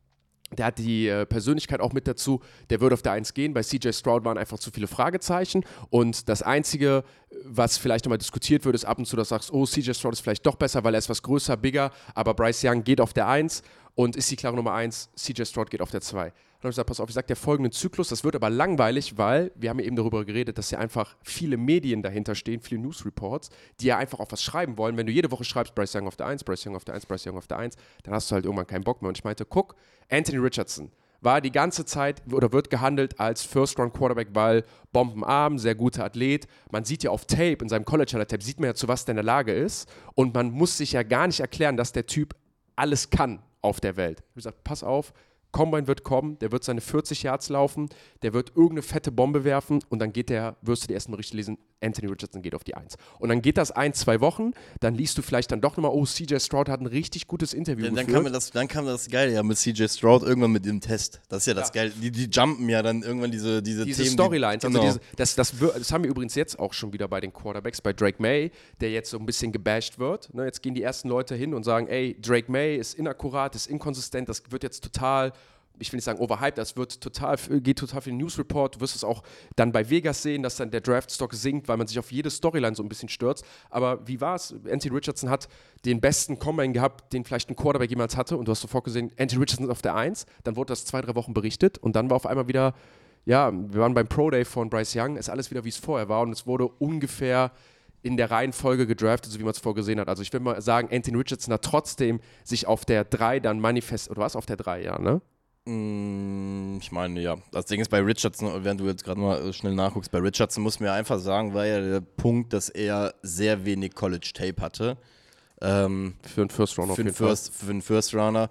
der hat die Persönlichkeit auch mit dazu. Der würde auf der 1 gehen. Bei CJ Stroud waren einfach zu viele Fragezeichen. Und das Einzige, was vielleicht nochmal diskutiert wird, ist ab und zu, dass du sagst, oh, CJ Stroud ist vielleicht doch besser, weil er ist was größer, bigger. Aber Bryce Young geht auf der 1 und ist die klare Nummer 1. CJ Stroud geht auf der 2. Dann habe ich gesagt, pass auf, ich sage der folgenden Zyklus, das wird aber langweilig, weil wir haben ja eben darüber geredet, dass ja einfach viele Medien dahinter stehen, viele News-Reports, die ja einfach auf was schreiben wollen. Wenn du jede Woche schreibst, Bryce Young auf der 1, Bryce Young auf der 1, Bryce Young auf der 1, dann hast du halt irgendwann keinen Bock mehr. Und ich meinte, guck, Anthony Richardson war die ganze Zeit oder wird gehandelt als First-Round-Quarterback, weil bombenarm, sehr guter Athlet. Man sieht ja auf Tape, in seinem College-Tape, sieht man ja, zu was der in der Lage ist. Und man muss sich ja gar nicht erklären, dass der Typ alles kann auf der Welt. Ich habe gesagt, pass auf, Combine wird kommen, der wird seine 40 Yards laufen, der wird irgendeine fette Bombe werfen und dann wirst du die erstmal richtig lesen, Anthony Richardson geht auf die 1. Und dann geht das 1-2 Wochen, dann liest du vielleicht dann doch nochmal, oh, CJ Stroud hat ein richtig gutes Interview geführt. Dann kam das Geile ja mit CJ Stroud irgendwann mit dem Test. Das ist ja das Geile. Die jumpen ja dann irgendwann diese Themen. Storylines. Genau. Also das haben wir übrigens jetzt auch schon wieder bei den Quarterbacks, bei Drake May, der jetzt so ein bisschen gebasht wird. Ne, jetzt gehen die ersten Leute hin und sagen, ey, Drake May ist inakkurat, ist inkonsistent, das wird jetzt total, ich will nicht sagen overhyped, das geht total für den News Report. Du wirst es auch dann bei Vegas sehen, dass dann der Draftstock sinkt, weil man sich auf jede Storyline so ein bisschen stürzt. Aber wie war es? Anthony Richardson hat den besten Combine gehabt, den vielleicht ein Quarterback jemals hatte. Und du hast sofort gesehen, Anthony Richardson ist auf der 1. Dann wurde das 2-3 Wochen berichtet und dann war auf einmal wieder ja, wir waren beim Pro Day von Bryce Young, ist alles wieder, wie es vorher war und es wurde ungefähr in der Reihenfolge gedraftet, so wie man es vorgesehen hat. Also ich will mal sagen, Anthony Richardson hat trotzdem sich auf der 3 dann oder was, auf der 3, ja, ne? Ich meine, ja. Das Ding ist bei Richardson, während du jetzt gerade mal schnell nachguckst, bei Richardson muss man ja einfach sagen, war ja der Punkt, dass er sehr wenig College-Tape hatte. Für einen First-Runner auf jeden Fall. Für einen First-Runner.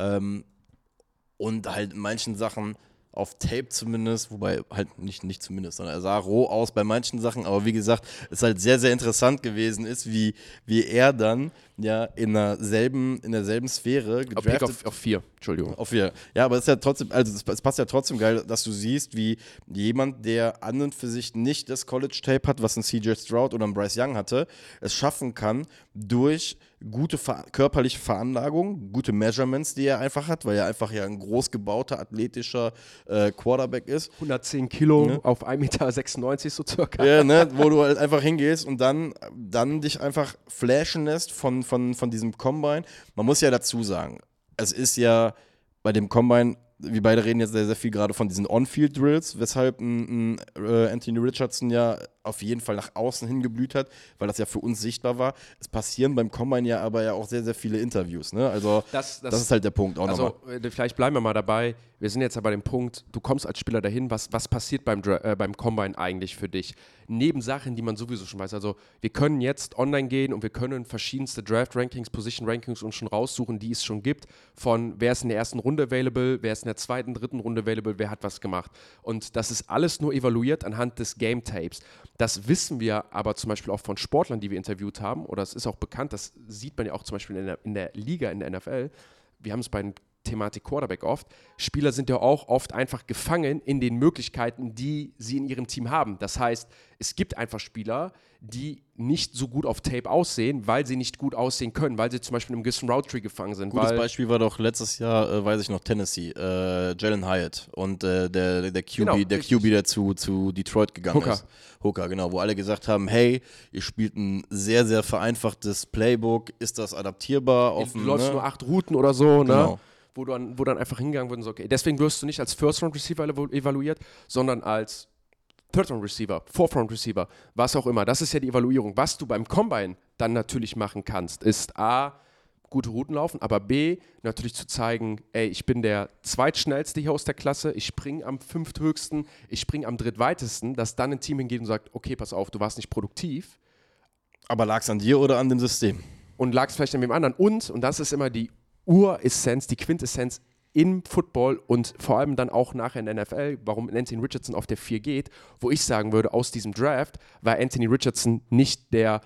Und halt in manchen Sachen auf Tape zumindest, wobei halt nicht zumindest, sondern er sah roh aus bei manchen Sachen, aber wie gesagt, es halt sehr, sehr interessant gewesen ist, wie er dann ja in derselben Sphäre gedraftet. Auf 4, Entschuldigung. Auf 4. Ja, aber es ist ja trotzdem, also es passt ja trotzdem geil, dass du siehst, wie jemand, der an und für sich nicht das College-Tape hat, was ein CJ Stroud oder ein Bryce Young hatte, es schaffen kann, durch gute körperliche Veranlagung, gute Measurements, die er einfach hat, weil er einfach ja ein groß gebauter, athletischer Quarterback ist. 110 Kilo auf 1,96 Meter so circa. Ja, ne, wo du halt einfach hingehst und dann dich einfach flashen lässt von diesem Combine. Man muss ja dazu sagen, es ist ja bei dem Combine, wir beide reden jetzt sehr, sehr viel gerade von diesen On-Field-Drills, weshalb ein Anthony Richardson ja auf jeden Fall nach außen hin geblüht hat, weil das ja für uns sichtbar war. Es passieren beim Combine ja aber ja auch sehr, sehr viele Interviews. Ne? Also das ist halt der Punkt auch nochmal. Also vielleicht bleiben wir mal dabei. Wir sind jetzt aber bei dem Punkt, du kommst als Spieler dahin, was passiert beim Combine eigentlich für dich? Neben Sachen, die man sowieso schon weiß. Also wir können jetzt online gehen und wir können verschiedenste Draft-Rankings, Position-Rankings uns schon raussuchen, die es schon gibt, von wer ist in der ersten Runde available, wer ist in der zweiten, dritten Runde available, wer hat was gemacht. Und das ist alles nur evaluiert anhand des Game-Tapes. Das wissen wir aber zum Beispiel auch von Sportlern, die wir interviewt haben, oder es ist auch bekannt, das sieht man ja auch zum Beispiel in der Liga, in der NFL. Wir haben es bei Thematik Quarterback oft. Spieler sind ja auch oft einfach gefangen in den Möglichkeiten, die sie in ihrem Team haben. Das heißt, es gibt einfach Spieler, die nicht so gut auf Tape aussehen, weil sie nicht gut aussehen können, weil sie zum Beispiel im gewissen Route Tree gefangen sind. Gutes Beispiel war doch letztes Jahr, weiß ich noch, Tennessee, Jalen Hyatt und der QB, genau, der QB, der zu Detroit gegangen ist. Hooker, genau, wo alle gesagt haben, hey, ihr spielt ein sehr, sehr vereinfachtes Playbook, ist das adaptierbar? Du läufst nur 8 Routen oder so, genau. Ne? Wo dann einfach hingegangen wird und so, okay, deswegen wirst du nicht als First-Round-Receiver evaluiert, sondern als Third-Round-Receiver, Fourth-Round-Receiver, was auch immer. Das ist ja die Evaluierung. Was du beim Combine dann natürlich machen kannst, ist A, gute Routen laufen, aber B, natürlich zu zeigen, ey, ich bin der zweitschnellste hier aus der Klasse, ich springe am fünfthöchsten, ich springe am drittweitesten, dass dann ein Team hingeht und sagt, okay, pass auf, du warst nicht produktiv. Aber lag es an dir oder an dem System? Und lag es vielleicht an dem anderen. Und das ist immer die Uressenz, die Quintessenz im Football und vor allem dann auch nachher in der NFL, warum Anthony Richardson auf der 4 geht, wo ich sagen würde, aus diesem Draft war Anthony Richardson nicht der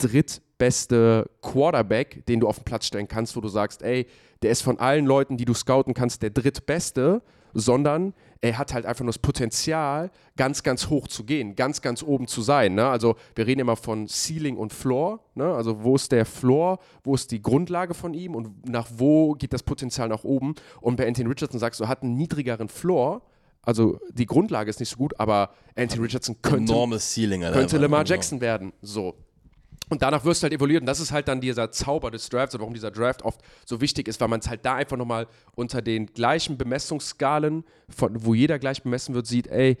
drittbeste Quarterback, den du auf den Platz stellen kannst, wo du sagst, ey, der ist von allen Leuten, die du scouten kannst, der drittbeste, sondern er hat halt einfach nur das Potenzial, ganz, ganz hoch zu gehen, ganz, ganz oben zu sein. Ne? Also wir reden immer von Ceiling und Floor. Ne? Also wo ist der Floor, wo ist die Grundlage von ihm und nach wo geht das Potenzial nach oben? Und bei Anthony Richardson sagst du, er hat einen niedrigeren Floor, also die Grundlage ist nicht so gut, aber Anthony Richardson könnte Lamar Jackson werden. So. Und danach wirst du halt evaluiert und das ist halt dann dieser Zauber des Drafts und warum dieser Draft oft so wichtig ist, weil man es halt da einfach nochmal unter den gleichen Bemessungsskalen, wo jeder gleich bemessen wird, sieht, ey,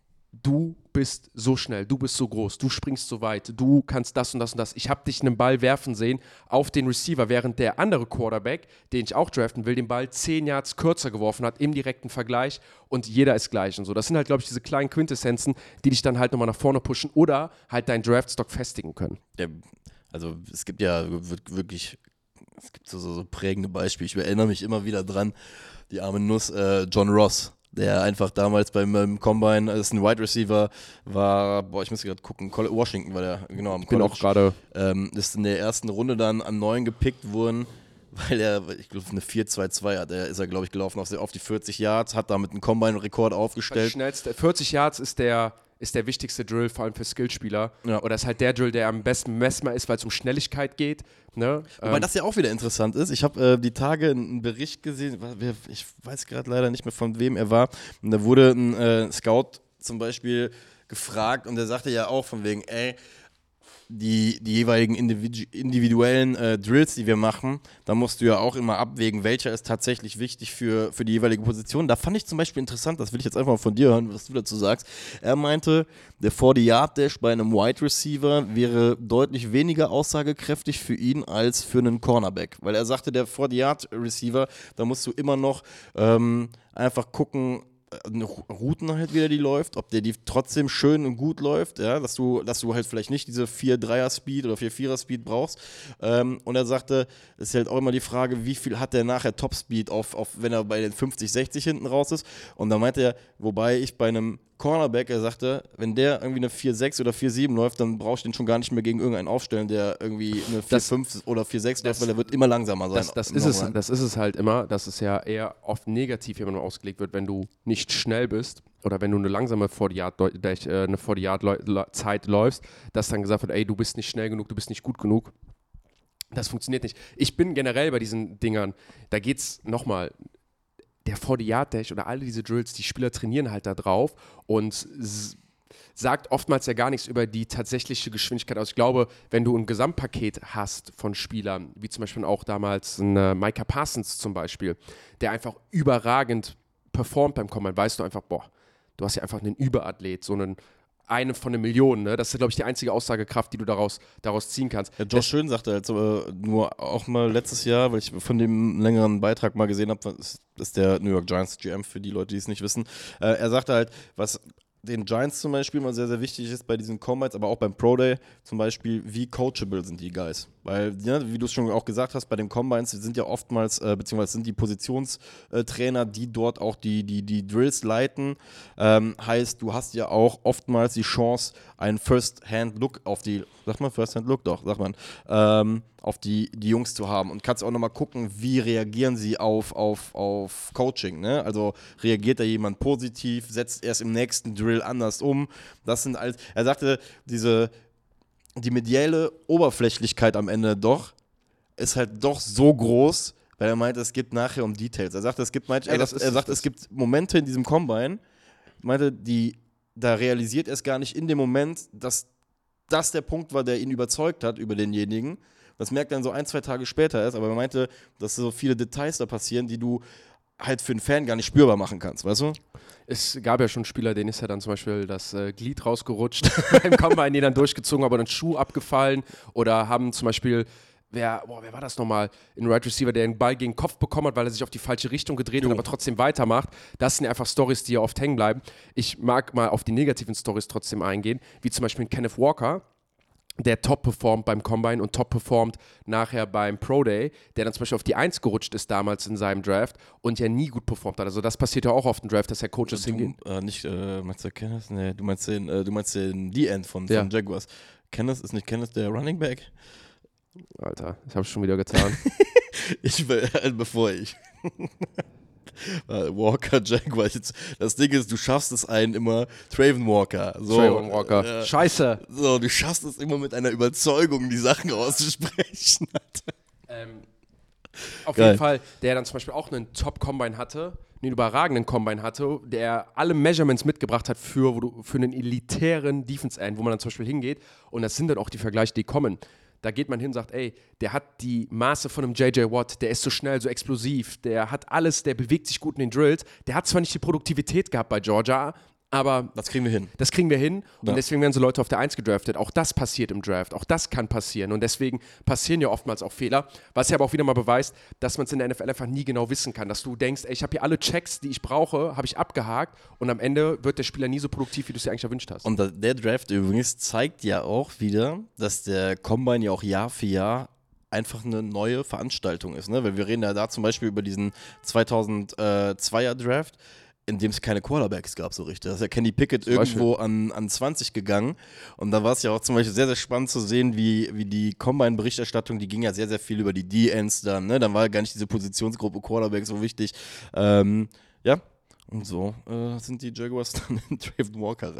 du bist so schnell, du bist so groß, du springst so weit, du kannst das und das und das. Ich habe dich einen Ball werfen sehen auf den Receiver, während der andere Quarterback, den ich auch draften will, den Ball 10 Yards kürzer geworfen hat im direkten Vergleich und jeder ist gleich und so. Das sind halt, glaube ich, diese kleinen Quintessenzen, die dich dann halt nochmal nach vorne pushen oder halt deinen Draftstock festigen können. Ja, also es gibt ja wirklich, es gibt so prägende Beispiele. Ich erinnere mich immer wieder dran, die arme Nuss, John Ross, der einfach damals beim Combine als ein Wide Receiver war, ich muss gerade gucken, Washington war der, genau, am College. Bin auch gerade. Ist in der ersten Runde dann an 9 gepickt worden, weil er, ich glaube, eine 4.22 hat. Ist er, glaube ich, gelaufen auf die 40 Yards, hat damit einen Combine-Rekord aufgestellt. Schnellste, 40 Yards ist der wichtigste Drill, vor allem für Skillspieler. Ja. Oder ist halt der Drill, der am besten messbar ist, weil es um Schnelligkeit geht. Ne? Wobei das ja auch wieder interessant ist. Ich habe die Tage einen Bericht gesehen, ich weiß gerade leider nicht mehr, von wem er war. Und da wurde ein Scout zum Beispiel gefragt und der sagte ja auch von wegen, ey, die jeweiligen individuellen Drills, die wir machen, da musst du ja auch immer abwägen, welcher ist tatsächlich wichtig für die jeweilige Position. Da fand ich zum Beispiel interessant, das will ich jetzt einfach mal von dir hören, was du dazu sagst. Er meinte, der 40-Yard-Dash bei einem Wide Receiver wäre deutlich weniger aussagekräftig für ihn als für einen Cornerback. Weil er sagte, der 40-Yard-Receiver, da musst du immer noch einfach gucken, Routen halt wieder, die läuft, ob die trotzdem schön und gut läuft, ja, dass du halt vielleicht nicht diese 4-3er-Speed oder 4-4er-Speed brauchst. Und er sagte, es ist halt auch immer die Frage, wie viel hat der nachher Topspeed wenn er bei den 50, 60 hinten raus ist. Und da meinte er, wobei ich bei einem Cornerback, er sagte, wenn der irgendwie eine 4-6 oder 4-7 läuft, dann brauchst du den schon gar nicht mehr gegen irgendeinen aufstellen, der irgendwie eine 4-5 oder 4-6 läuft, weil der wird immer langsamer sein. Das ist es halt immer, dass es ja eher oft negativ jemandem ausgelegt wird, wenn du nicht schnell bist oder wenn du eine langsame 40-Yard-Zeit läufst, dass dann gesagt wird, ey, du bist nicht schnell genug, du bist nicht gut genug. Das funktioniert nicht. Ich bin generell bei diesen Dingern, da geht's nochmal, der 40-Yard-Dash oder alle diese Drills, die Spieler trainieren halt da drauf und sagt oftmals ja gar nichts über die tatsächliche Geschwindigkeit aus. Ich glaube, wenn du ein Gesamtpaket hast von Spielern, wie zum Beispiel auch damals ein Micah Parsons zum Beispiel, der einfach überragend performt beim Combine, weißt du einfach, boah, du hast ja einfach einen Überathlet, so eine von 1.000.000, ne? Das ist, glaube ich, die einzige Aussagekraft, die du daraus ziehen kannst. Ja, Josh Schön sagte halt nur auch mal letztes Jahr, weil ich von dem längeren Beitrag mal gesehen habe, ist der New York Giants GM, für die Leute, die es nicht wissen. Er sagte halt, was den Giants zum Beispiel mal sehr, sehr wichtig ist bei diesen Combines, aber auch beim Pro Day zum Beispiel, wie coachable sind die Guys. Weil, ja, wie du es schon auch gesagt hast, bei den Combines sind ja oftmals, beziehungsweise sind die Positionstrainer, die dort auch die Drills leiten. Heißt, du hast ja auch oftmals die Chance, einen First-Hand-Look auf die, sagt man First-Hand-Look? Doch, sagt man, auf die Jungs zu haben. Und kannst auch nochmal gucken, wie reagieren sie auf Coaching. Ne? Also reagiert da jemand positiv, setzt erst im nächsten Drill anders um. Das sind alles, er sagte, die mediale Oberflächlichkeit am Ende ist halt doch so groß, weil er meinte, es geht nachher um Details. Er sagt, es gibt Momente in diesem Combine, meinte, da realisiert er es gar nicht in dem Moment, dass das der Punkt war, der ihn überzeugt hat über denjenigen. Das merkt er dann so 1-2 Tage später erst, aber er meinte, dass so viele Details da passieren, die du halt für einen Fan gar nicht spürbar machen kannst, weißt du? Es gab ja schon Spieler, denen ist ja dann zum Beispiel das Glied rausgerutscht im Combine, die dann durchgezogen, aber dann Schuh abgefallen oder haben zum Beispiel, wer war das nochmal? Ein Right Receiver, der den Ball gegen den Kopf bekommen hat, weil er sich auf die falsche Richtung gedreht hat, aber trotzdem weitermacht. Das sind einfach Storys, die ja oft hängen bleiben. Ich mag mal auf die negativen Storys trotzdem eingehen, wie zum Beispiel Kenneth Walker, der top performt beim Combine und top performt nachher beim Pro Day, der dann zum Beispiel auf die 1 gerutscht ist damals in seinem Draft und ja nie gut performt hat. Also das passiert ja auch oft im Draft, dass der Coaches hingehen. Meinst du Kenneth? Nee, du meinst den D-End von Jaguars. Ist nicht Kenneth der Running Back? Alter, das habe ich schon wieder getan. Walker, Jaguar. Das Ding ist, du schaffst es immer, Traven Walker. Traven Walker. Scheiße. So, du schaffst es immer mit einer Überzeugung, die Sachen auszusprechen. Auf jeden Fall, der dann zum Beispiel auch einen Top-Combine hatte, einen überragenden Combine hatte, der alle Measurements mitgebracht hat für einen elitären Defense-End, wo man dann zum Beispiel hingeht. Und das sind dann auch die Vergleiche, die kommen. Da geht man hin und sagt, ey, der hat die Maße von einem J.J. Watt, der ist so schnell, so explosiv, der hat alles, der bewegt sich gut in den Drills. Der hat zwar nicht die Produktivität gehabt bei Georgia, aber das kriegen wir hin. Und deswegen werden so Leute auf der 1 gedraftet. Auch das passiert im Draft, auch das kann passieren und deswegen passieren ja oftmals auch Fehler, was ja aber auch wieder mal beweist, dass man es in der NFL einfach nie genau wissen kann, dass du denkst, ey, ich habe hier alle Checks, die ich brauche, habe ich abgehakt und am Ende wird der Spieler nie so produktiv, wie du es dir eigentlich erwünscht hast. Und der Draft übrigens zeigt ja auch wieder, dass der Combine ja auch Jahr für Jahr einfach eine neue Veranstaltung ist, ne? Weil wir reden ja da zum Beispiel über diesen 2002er Draft, in dem es keine Quarterbacks gab so richtig. Da ist ja Kenny Pickett irgendwo an 20 gegangen und da war es ja auch zum Beispiel sehr, sehr spannend zu sehen, wie die Combine-Berichterstattung, die ging ja sehr, sehr viel über die D-Ends dann, ne? Dann war ja gar nicht diese Positionsgruppe Quarterback so wichtig. Ja, und so sind die Jaguars dann in Traven Walker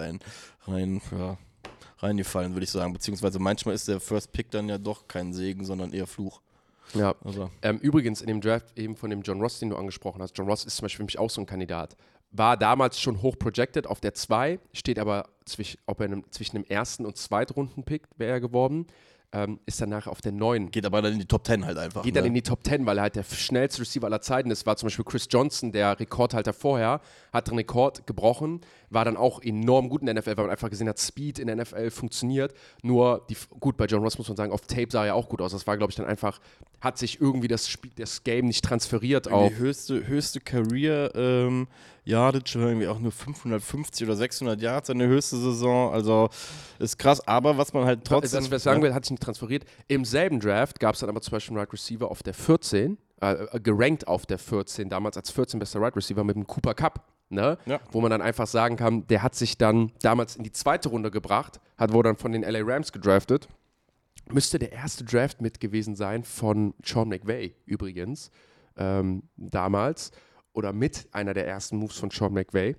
reingefallen, würde ich sagen. Beziehungsweise manchmal ist der First Pick dann ja doch kein Segen, sondern eher Fluch. Ja. Also. Übrigens in dem Draft eben von dem John Ross, den du angesprochen hast. John Ross ist zum Beispiel für mich auch so ein Kandidat. War damals schon hoch projected auf der 2, steht aber zwischen dem ersten und Zweitrunden-Pick wäre er geworden. Ist dann nachher auf der 9. Geht aber dann in die Top 10 halt einfach. Geht dann in die Top 10, weil er halt der schnellste Receiver aller Zeiten ist. War zum Beispiel Chris Johnson, der Rekordhalter vorher, hat den Rekord gebrochen, war dann auch enorm gut in der NFL, weil man einfach gesehen hat, Speed in der NFL funktioniert. Nur, gut, bei John Ross muss man sagen, auf Tape sah er auch gut aus. Das war, glaube ich, dann einfach, hat sich irgendwie das Game nicht transferiert auf. Die höchste Career Yardage war irgendwie auch nur 550 oder 600 Yards, seine höchste Saison. Also ist krass, aber was man halt trotzdem... Was ich sagen will, hat sich nicht transferiert. Im selben Draft gab es dann aber zum Beispiel einen Wide Receiver auf der 14, gerankt auf der 14, damals als 14 bester Wide Receiver mit dem Cooper Kupp. Ne? Ja. Wo man dann einfach sagen kann, der hat sich dann damals in die zweite Runde gebracht, wurde dann von den LA Rams gedraftet. Müsste der erste Draft mit gewesen sein von Sean McVay übrigens, damals. Oder mit einer der ersten Moves von Sean McVay.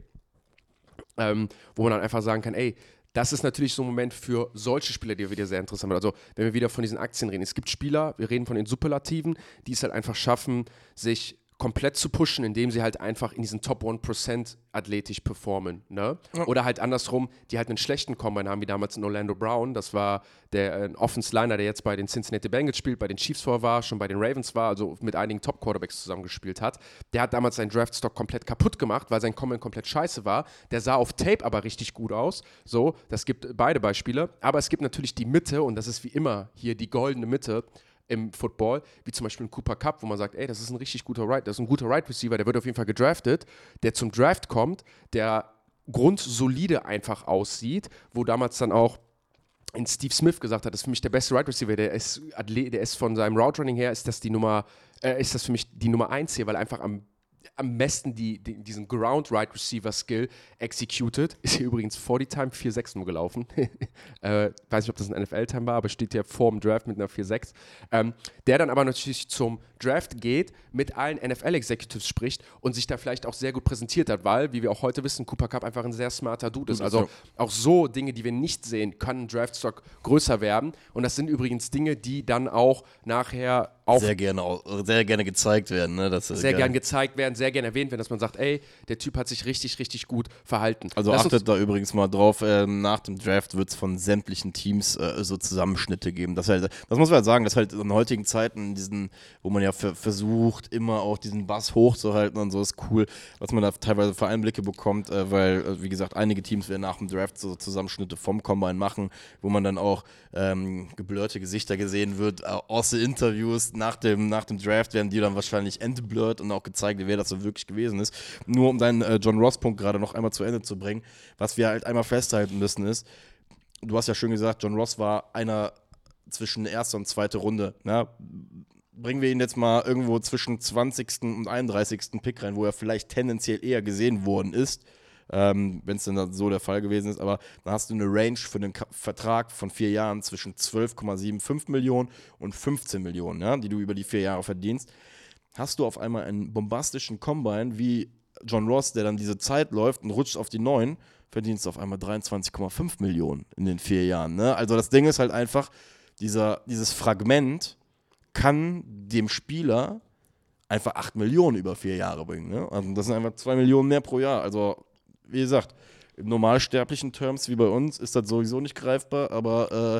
Wo man dann einfach sagen kann, ey, das ist natürlich so ein Moment für solche Spieler, die wieder sehr interessant sind. Also wenn wir wieder von diesen Aktien reden. Es gibt Spieler, wir reden von den Superlativen, die es halt einfach schaffen, sich komplett zu pushen, indem sie halt einfach in diesen Top 1% athletisch performen. Ne? Ja. Oder halt andersrum, die halt einen schlechten Combine haben, wie damals in Orlando Brown. Das war der Offense-Liner, der jetzt bei den Cincinnati Bengals spielt, bei den Chiefs vorher war, schon bei den Ravens war, also mit einigen Top-Quarterbacks zusammengespielt hat. Der hat damals seinen Draftstock komplett kaputt gemacht, weil sein Combine komplett scheiße war. Der sah auf Tape aber richtig gut aus. So, das gibt beide Beispiele. Aber es gibt natürlich die Mitte, und das ist wie immer hier die goldene Mitte im Football, wie zum Beispiel ein Cooper Kupp, wo man sagt, ey, das ist ein richtig guter Right Receiver, der wird auf jeden Fall gedraftet, der zum Draft kommt, der grundsolide einfach aussieht, wo damals dann auch in Steve Smith gesagt hat, das ist für mich der beste Right Receiver, der ist von seinem Route Running her, ist das für mich die Nummer 1 hier, weil er einfach am besten diesen Ground Right Receiver Skill executed. Ist hier übrigens 40-Time 4.6 nur gelaufen. Weiß nicht, ob das ein NFL-Time war, aber steht hier vor dem Draft mit einer 4.6. Der dann aber natürlich zum Draft geht, mit allen NFL-Executives spricht und sich da vielleicht auch sehr gut präsentiert hat, weil, wie wir auch heute wissen, Cooper Kupp einfach ein sehr smarter Dude ist. Also auch so Dinge, die wir nicht sehen, kann ein Draftstock größer werden. Und das sind übrigens Dinge, die dann auch nachher auch sehr gerne gezeigt werden. Ne? Sehr gerne gezeigt werden, sehr gerne erwähnt werden, dass man sagt, ey, der Typ hat sich richtig, richtig gut verhalten. Also achtet da übrigens mal drauf, nach dem Draft wird es von sämtlichen Teams so Zusammenschnitte geben. Das muss man halt sagen, dass halt in heutigen Zeiten wo man ja versucht, immer auch diesen Bass hochzuhalten und so, ist cool, was man da teilweise für Einblicke bekommt, weil, wie gesagt, einige Teams werden nach dem Draft so Zusammenschnitte vom Combine machen, wo man dann auch geblurrte Gesichter gesehen wird, aus den Interviews nach dem Draft werden die dann wahrscheinlich entblurrt und auch gezeigt, wer das so wirklich gewesen ist. Nur um deinen John Ross-Punkt gerade noch einmal zu Ende zu bringen, was wir halt einmal festhalten müssen ist, du hast ja schön gesagt, John Ross war einer zwischen erster und zweite Runde. Na? Bringen wir ihn jetzt mal irgendwo zwischen 20. und 31. Pick rein, wo er vielleicht tendenziell eher gesehen worden ist, wenn es denn so der Fall gewesen ist, aber dann hast du eine Range für einen Vertrag von 4 Jahren zwischen 12,75 Millionen und 15 Millionen, ja, die du über die 4 Jahre verdienst. Hast du auf einmal einen bombastischen Combine wie John Ross, der dann diese Zeit läuft und rutscht auf die 9, verdienst du auf einmal 23,5 Millionen in den 4 Jahren. Ne? Also das Ding ist halt einfach, dieses Fragment kann dem Spieler einfach 8 Millionen über 4 Jahre bringen. Ne? Also das sind einfach 2 Millionen mehr pro Jahr. Also wie gesagt, im normalsterblichen Terms wie bei uns ist das sowieso nicht greifbar, aber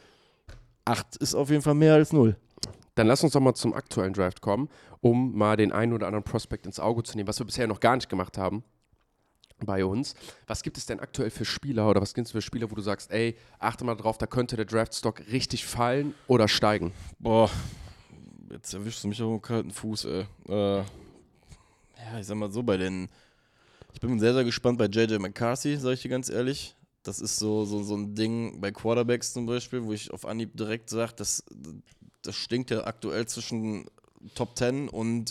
8 ist auf jeden Fall mehr als 0. Dann lass uns doch mal zum aktuellen Draft kommen, um mal den einen oder anderen Prospect ins Auge zu nehmen, was wir bisher noch gar nicht gemacht haben bei uns. Was gibt es denn aktuell für Spieler oder was gibt es für Spieler, wo du sagst, ey, achte mal drauf, da könnte der Draftstock richtig fallen oder steigen? Boah, jetzt erwischst du mich auf den kalten Fuß, ey. Ja, ich sag mal so, ich bin sehr, sehr gespannt bei J.J. McCarthy, sag ich dir ganz ehrlich. Das ist so ein Ding bei Quarterbacks zum Beispiel, wo ich auf Anhieb direkt sage, das stinkt ja aktuell zwischen Top 10 und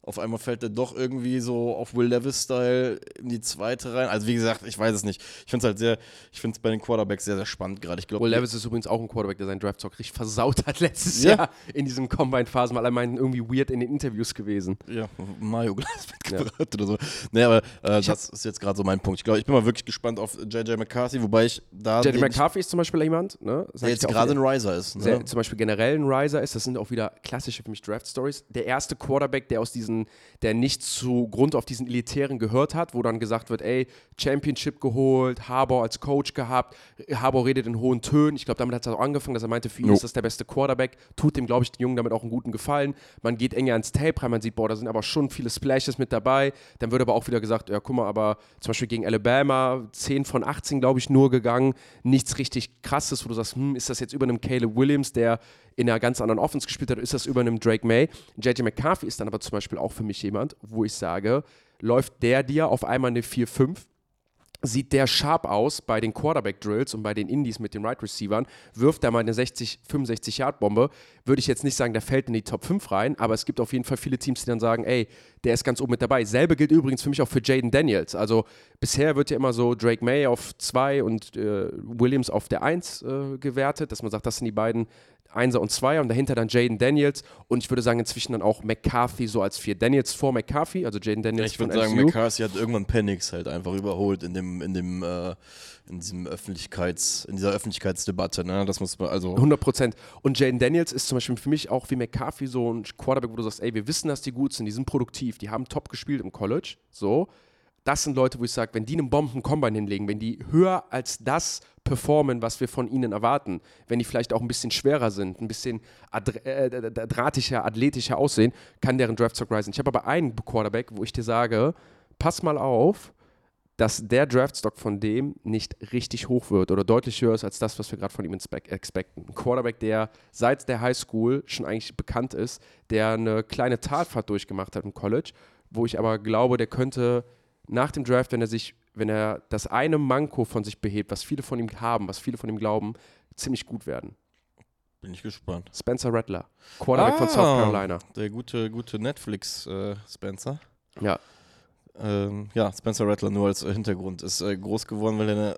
Auf einmal fällt er doch irgendwie so auf Will Levis-Style in die zweite rein. Also wie gesagt, ich weiß es nicht. Ich finde es bei den Quarterbacks sehr, sehr spannend gerade. Will Levis ist übrigens auch ein Quarterback, der seinen Draft-Talk richtig versaut hat letztes Jahr in diesem Combine-Phasen, weil alle meinten, irgendwie weird in den Interviews gewesen. Ja, Mario Glas mitgebracht oder so. Nee, aber das ist jetzt gerade so mein Punkt. Ich glaube, ich bin mal wirklich gespannt auf J.J. McCarthy, wobei ich da... J.J. McCarthy ist zum Beispiel jemand, ne? Der jetzt gerade ein Riser ist. Ne? Zum Beispiel generell ein Riser ist, das sind auch wieder klassische für mich Draft-Stories. Der erste Quarterback, der nicht zu Grund auf diesen Elitären gehört hat, wo dann gesagt wird, ey, Championship geholt, Harbaugh als Coach gehabt, Harbaugh redet in hohen Tönen. Ich glaube, damit hat es auch angefangen, dass er meinte, für ihn ist das der beste Quarterback, tut dem, glaube ich, den Jungen damit auch einen guten Gefallen. Man geht enger ans Tape rein, man sieht, boah, da sind aber schon viele Splashes mit dabei. Dann wird aber auch wieder gesagt, ja, guck mal, aber zum Beispiel gegen Alabama, 10 von 18, glaube ich, nur gegangen. Nichts richtig Krasses, wo du sagst, ist das jetzt über einem Caleb Williams, der in einer ganz anderen Offense gespielt hat, ist das über einem Drake May. J.J. McCarthy ist dann aber zum Beispiel auch für mich jemand, wo ich sage, läuft der dir auf einmal eine 4-5, sieht der sharp aus bei den Quarterback-Drills und bei den Indies mit den Right-Receivern, wirft da mal eine 65-Yard-Bombe, würde ich jetzt nicht sagen, der fällt in die Top 5 rein, aber es gibt auf jeden Fall viele Teams, die dann sagen, ey, der ist ganz oben mit dabei. Selbe gilt übrigens für mich auch für Jaden Daniels. Also bisher wird ja immer so Drake May auf 2 und Williams auf der 1 gewertet, dass man sagt, das sind die beiden Einser und Zweier und dahinter dann Jaden Daniels und ich würde sagen inzwischen dann auch McCarthy so als 4. Daniels vor McCarthy, also Jaden Daniels von LSU. Ich würde sagen, McCarthy hat irgendwann Penix halt einfach überholt in dieser Öffentlichkeitsdebatte, ne? Das muss man, also 100%. Und Jaden Daniels ist zum Beispiel für mich auch wie McCarthy so ein Quarterback, wo du sagst, ey, wir wissen, dass die gut sind, die sind produktiv, die haben top gespielt im College, so. Das sind Leute, wo ich sage, wenn die einen Bomben-Combine hinlegen, wenn die höher als das performen, was wir von ihnen erwarten, wenn die vielleicht auch ein bisschen schwerer sind, ein bisschen drahtiger, athletischer aussehen, kann deren Draftstock risen. Ich habe aber einen Quarterback, wo ich dir sage, pass mal auf, dass der Draftstock von dem nicht richtig hoch wird oder deutlich höher ist als das, was wir gerade von ihm expecten. Ein Quarterback, der seit der Highschool schon eigentlich bekannt ist, der eine kleine Talfahrt durchgemacht hat im College, wo ich aber glaube, der könnte nach dem Draft, wenn er das eine Manko von sich behebt, was viele von ihm haben, was viele von ihm glauben, ziemlich gut werden. Bin ich gespannt. Spencer Rattler, Quarterback von South Carolina. Der gute Netflix Spencer. Ja. Spencer Rattler nur als Hintergrund ist groß geworden, weil er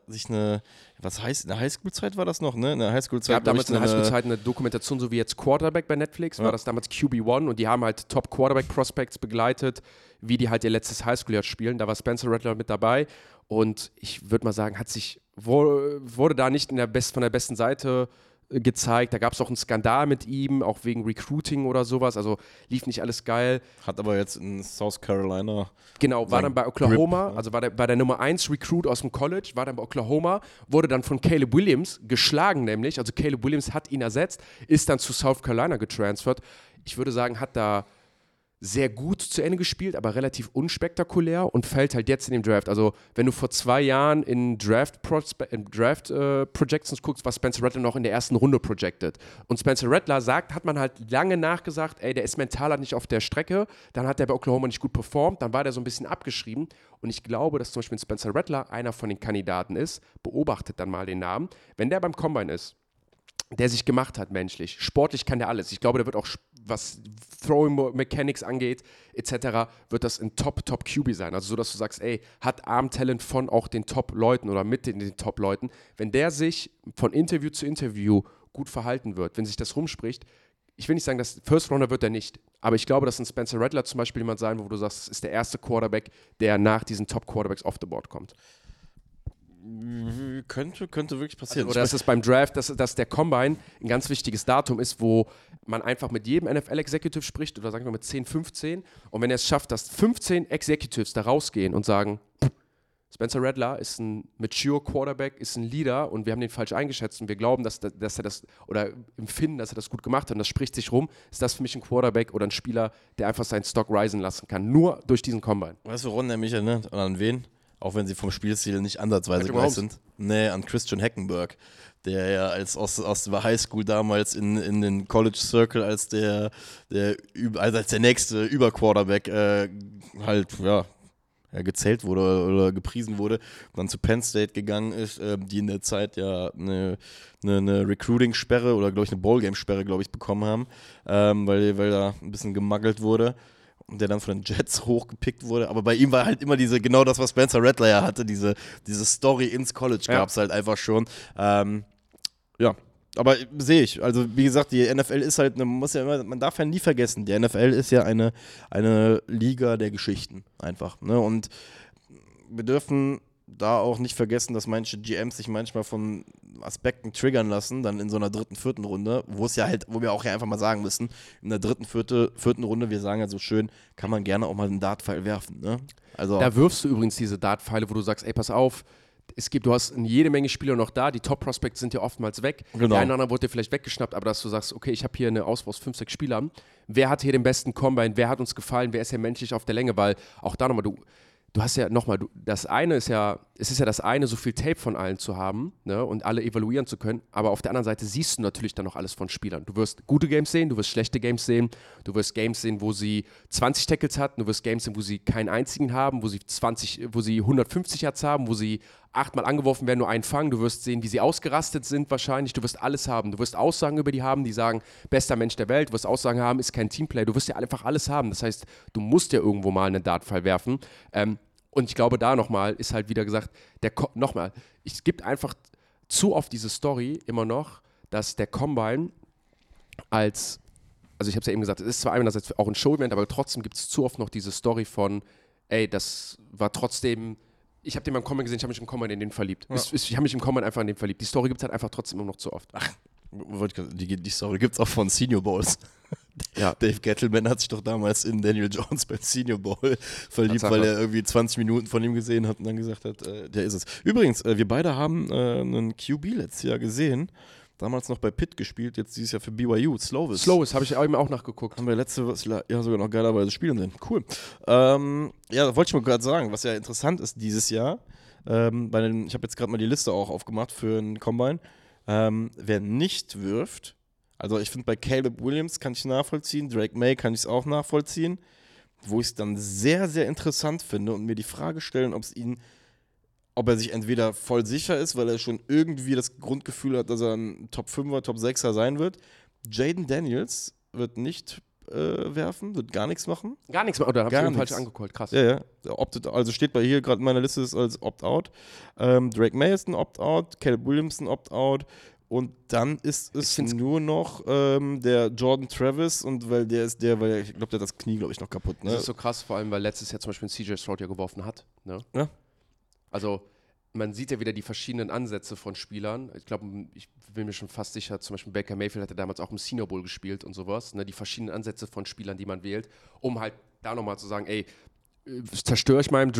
in der Highschool-Zeit war das noch, ne? In der Highschool-Zeit gab damals in der Highschool-Zeit eine Dokumentation, so wie jetzt Quarterback bei Netflix, war das damals QB1 und die haben halt Top-Quarterback-Prospects begleitet, wie die halt ihr letztes Highschool-Jahr spielen. Da war Spencer Rattler mit dabei und ich würde mal sagen, wurde da nicht von der besten Seite gezeigt. Da gab es auch einen Skandal mit ihm, auch wegen Recruiting oder sowas. Also lief nicht alles geil. Hat aber jetzt in South Carolina. Genau, war dann bei Oklahoma, also war der Nummer 1 Recruit aus dem College, war dann bei Oklahoma, wurde dann von Caleb Williams geschlagen nämlich. Also Caleb Williams hat ihn ersetzt, ist dann zu South Carolina getransfert. Ich würde sagen, hat da sehr gut zu Ende gespielt, aber relativ unspektakulär und fällt halt jetzt in dem Draft. Also wenn du vor 2 Jahren in Draft-Projections guckst, war Spencer Rattler noch in der ersten Runde projected. Und Spencer Rattler hat man halt lange nachgesagt, ey, der ist mental halt nicht auf der Strecke, dann hat der bei Oklahoma nicht gut performt, dann war der so ein bisschen abgeschrieben und ich glaube, dass zum Beispiel Spencer Rattler einer von den Kandidaten ist, beobachtet dann mal den Namen, wenn der beim Combine ist, der sich gemacht hat menschlich. Sportlich kann der alles. Ich glaube, der wird auch, was Throwing Mechanics angeht, etc., wird das ein Top-QB sein. Also so, dass du sagst, ey, hat Arm-Talent von auch den Top-Leuten oder mit den Top-Leuten. Wenn der sich von Interview zu Interview gut verhalten wird, wenn sich das rumspricht, ich will nicht sagen, dass First Rounder wird er nicht, aber ich glaube, dass ein Spencer Rattler zum Beispiel jemand sein wird, wo du sagst, das ist der erste Quarterback, der nach diesen Top-Quarterbacks off the board kommt. Könnte wirklich passieren. Oder ist es beim Draft, dass der Combine ein ganz wichtiges Datum ist, wo man einfach mit jedem NFL-Executive spricht oder sagen wir mit 10, 15 und wenn er es schafft, dass 15 Executives da rausgehen und sagen, Spencer Rattler ist ein mature Quarterback, ist ein Leader und wir haben den falsch eingeschätzt und wir glauben, dass er das oder empfinden, dass er das gut gemacht hat und das spricht sich rum, ist das für mich ein Quarterback oder ein Spieler, der einfach seinen Stock risen lassen kann, nur durch diesen Combine. Weißt du, woran der mich erinnert? Und an wen? Auch wenn sie vom Spielstil nicht ansatzweise gleich sind. Nee, an Christian Hackenberg, der ja aus der Highschool damals in den College Circle als der nächste Überquarterback gezählt wurde oder gepriesen wurde, dann zu Penn State gegangen ist, die in der Zeit ja eine Recruiting-Sperre oder, glaube ich, eine Ballgame-Sperre, glaube ich, bekommen haben, weil da ein bisschen gemaggelt wurde. der dann von den Jets hochgepickt wurde. Aber bei ihm war halt immer genau das, was Spencer Rattler ja hatte, diese Story ins College gab es halt einfach schon. Ja, aber sehe ich. Also wie gesagt, die NFL ist halt, man darf ja nie vergessen, die NFL ist ja eine Liga der Geschichten einfach. Ne? Und wir dürfen da auch nicht vergessen, dass manche GMs sich manchmal von Aspekten triggern lassen, dann in so einer dritten, vierten Runde, wo wir auch ja einfach mal sagen müssen, in der dritten, vierten Runde, wir sagen ja so schön, kann man gerne auch mal einen Dartpfeil werfen. Ne? Also, da wirfst du übrigens diese Dartpfeile, wo du sagst, ey, pass auf, du hast jede Menge Spieler noch da, die Top-Prospects sind ja oftmals weg. Genau. Der eine oder andere wurde dir vielleicht weggeschnappt, aber dass du sagst, okay, ich habe hier eine Auswahl aus 5, 6 Spielern. Wer hat hier den besten Combine? Wer hat uns gefallen? Wer ist ja menschlich auf der Länge? Weil auch da nochmal, du hast ja nochmal, es ist ja das eine, so viel Tape von allen zu haben, ne, und alle evaluieren zu können, aber auf der anderen Seite siehst du natürlich dann noch alles von Spielern. Du wirst gute Games sehen, du wirst schlechte Games sehen, du wirst Games sehen, wo sie 20 Tackles hatten, du wirst Games sehen, wo sie keinen einzigen haben, wo sie 150 Yards haben, wo sie 8-mal angeworfen werden, nur einen fangen, du wirst sehen, wie sie ausgerastet sind wahrscheinlich, du wirst alles haben, du wirst Aussagen über die haben, die sagen, bester Mensch der Welt, du wirst Aussagen haben, ist kein Teamplay, du wirst ja einfach alles haben, das heißt, du musst ja irgendwo mal einen Dartpfeil werfen, und ich glaube, da nochmal ist halt wieder gesagt, es gibt einfach zu oft diese Story immer noch, dass der Combine also ich habe es ja eben gesagt, es ist zwar einerseits auch ein Show-Event, aber trotzdem gibt es zu oft noch diese Story von, ey, das war trotzdem, ich habe den beim Combine gesehen, ich habe mich im Combine in den verliebt. Ja. Ich habe mich im Combine einfach in den verliebt. Die Story gibt es halt einfach trotzdem immer noch zu oft. Ach, die Story gibt es auch von Senior Bowls. Ja. Dave Gettleman hat sich doch damals in Daniel Jones beim Senior Bowl verliebt, weil er irgendwie 20 Minuten von ihm gesehen hat und dann gesagt hat, der ist es. Übrigens, wir beide haben einen QB letztes Jahr gesehen. Damals noch bei Pitt gespielt, jetzt dieses Jahr für BYU, Slovis. Slovis, habe ich eben auch nachgeguckt. Haben wir letztes Jahr sogar noch geilerweise spielen sehen. Cool. Ja, wollte ich mal gerade sagen, was ja interessant ist dieses Jahr, ich habe jetzt gerade mal die Liste auch aufgemacht für einen Combine. Wer nicht wirft, also ich finde bei Caleb Williams kann ich nachvollziehen, Drake May kann ich es auch nachvollziehen, wo ich es dann sehr, sehr interessant finde und mir die Frage stellen, ob er sich entweder voll sicher ist, weil er schon irgendwie das Grundgefühl hat, dass er ein Top 5er, Top 6er sein wird. Jaden Daniels wird nicht werfen, wird gar nichts machen. Gar nichts machen, oder habe ich ihn falsch angecallt, krass. Ja. Also steht bei hier gerade in meiner Liste ist als Opt-out. Drake May ist ein Opt-out, Caleb Williams ein Opt-out. Und dann ist es nur noch der Jordan Travis und weil ich glaube, der hat das Knie, glaube ich, noch kaputt. Ne? Das ist so krass, vor allem, weil letztes Jahr zum Beispiel CJ Stroud ja geworfen hat. Ne? Ja. Also man sieht ja wieder die verschiedenen Ansätze von Spielern. Ich glaube, ich bin mir schon fast sicher, zum Beispiel Baker Mayfield hatte damals auch im Senior Bowl gespielt und sowas. Ne? Die verschiedenen Ansätze von Spielern, die man wählt, um halt da nochmal zu sagen, ey, zerstöre ich meinen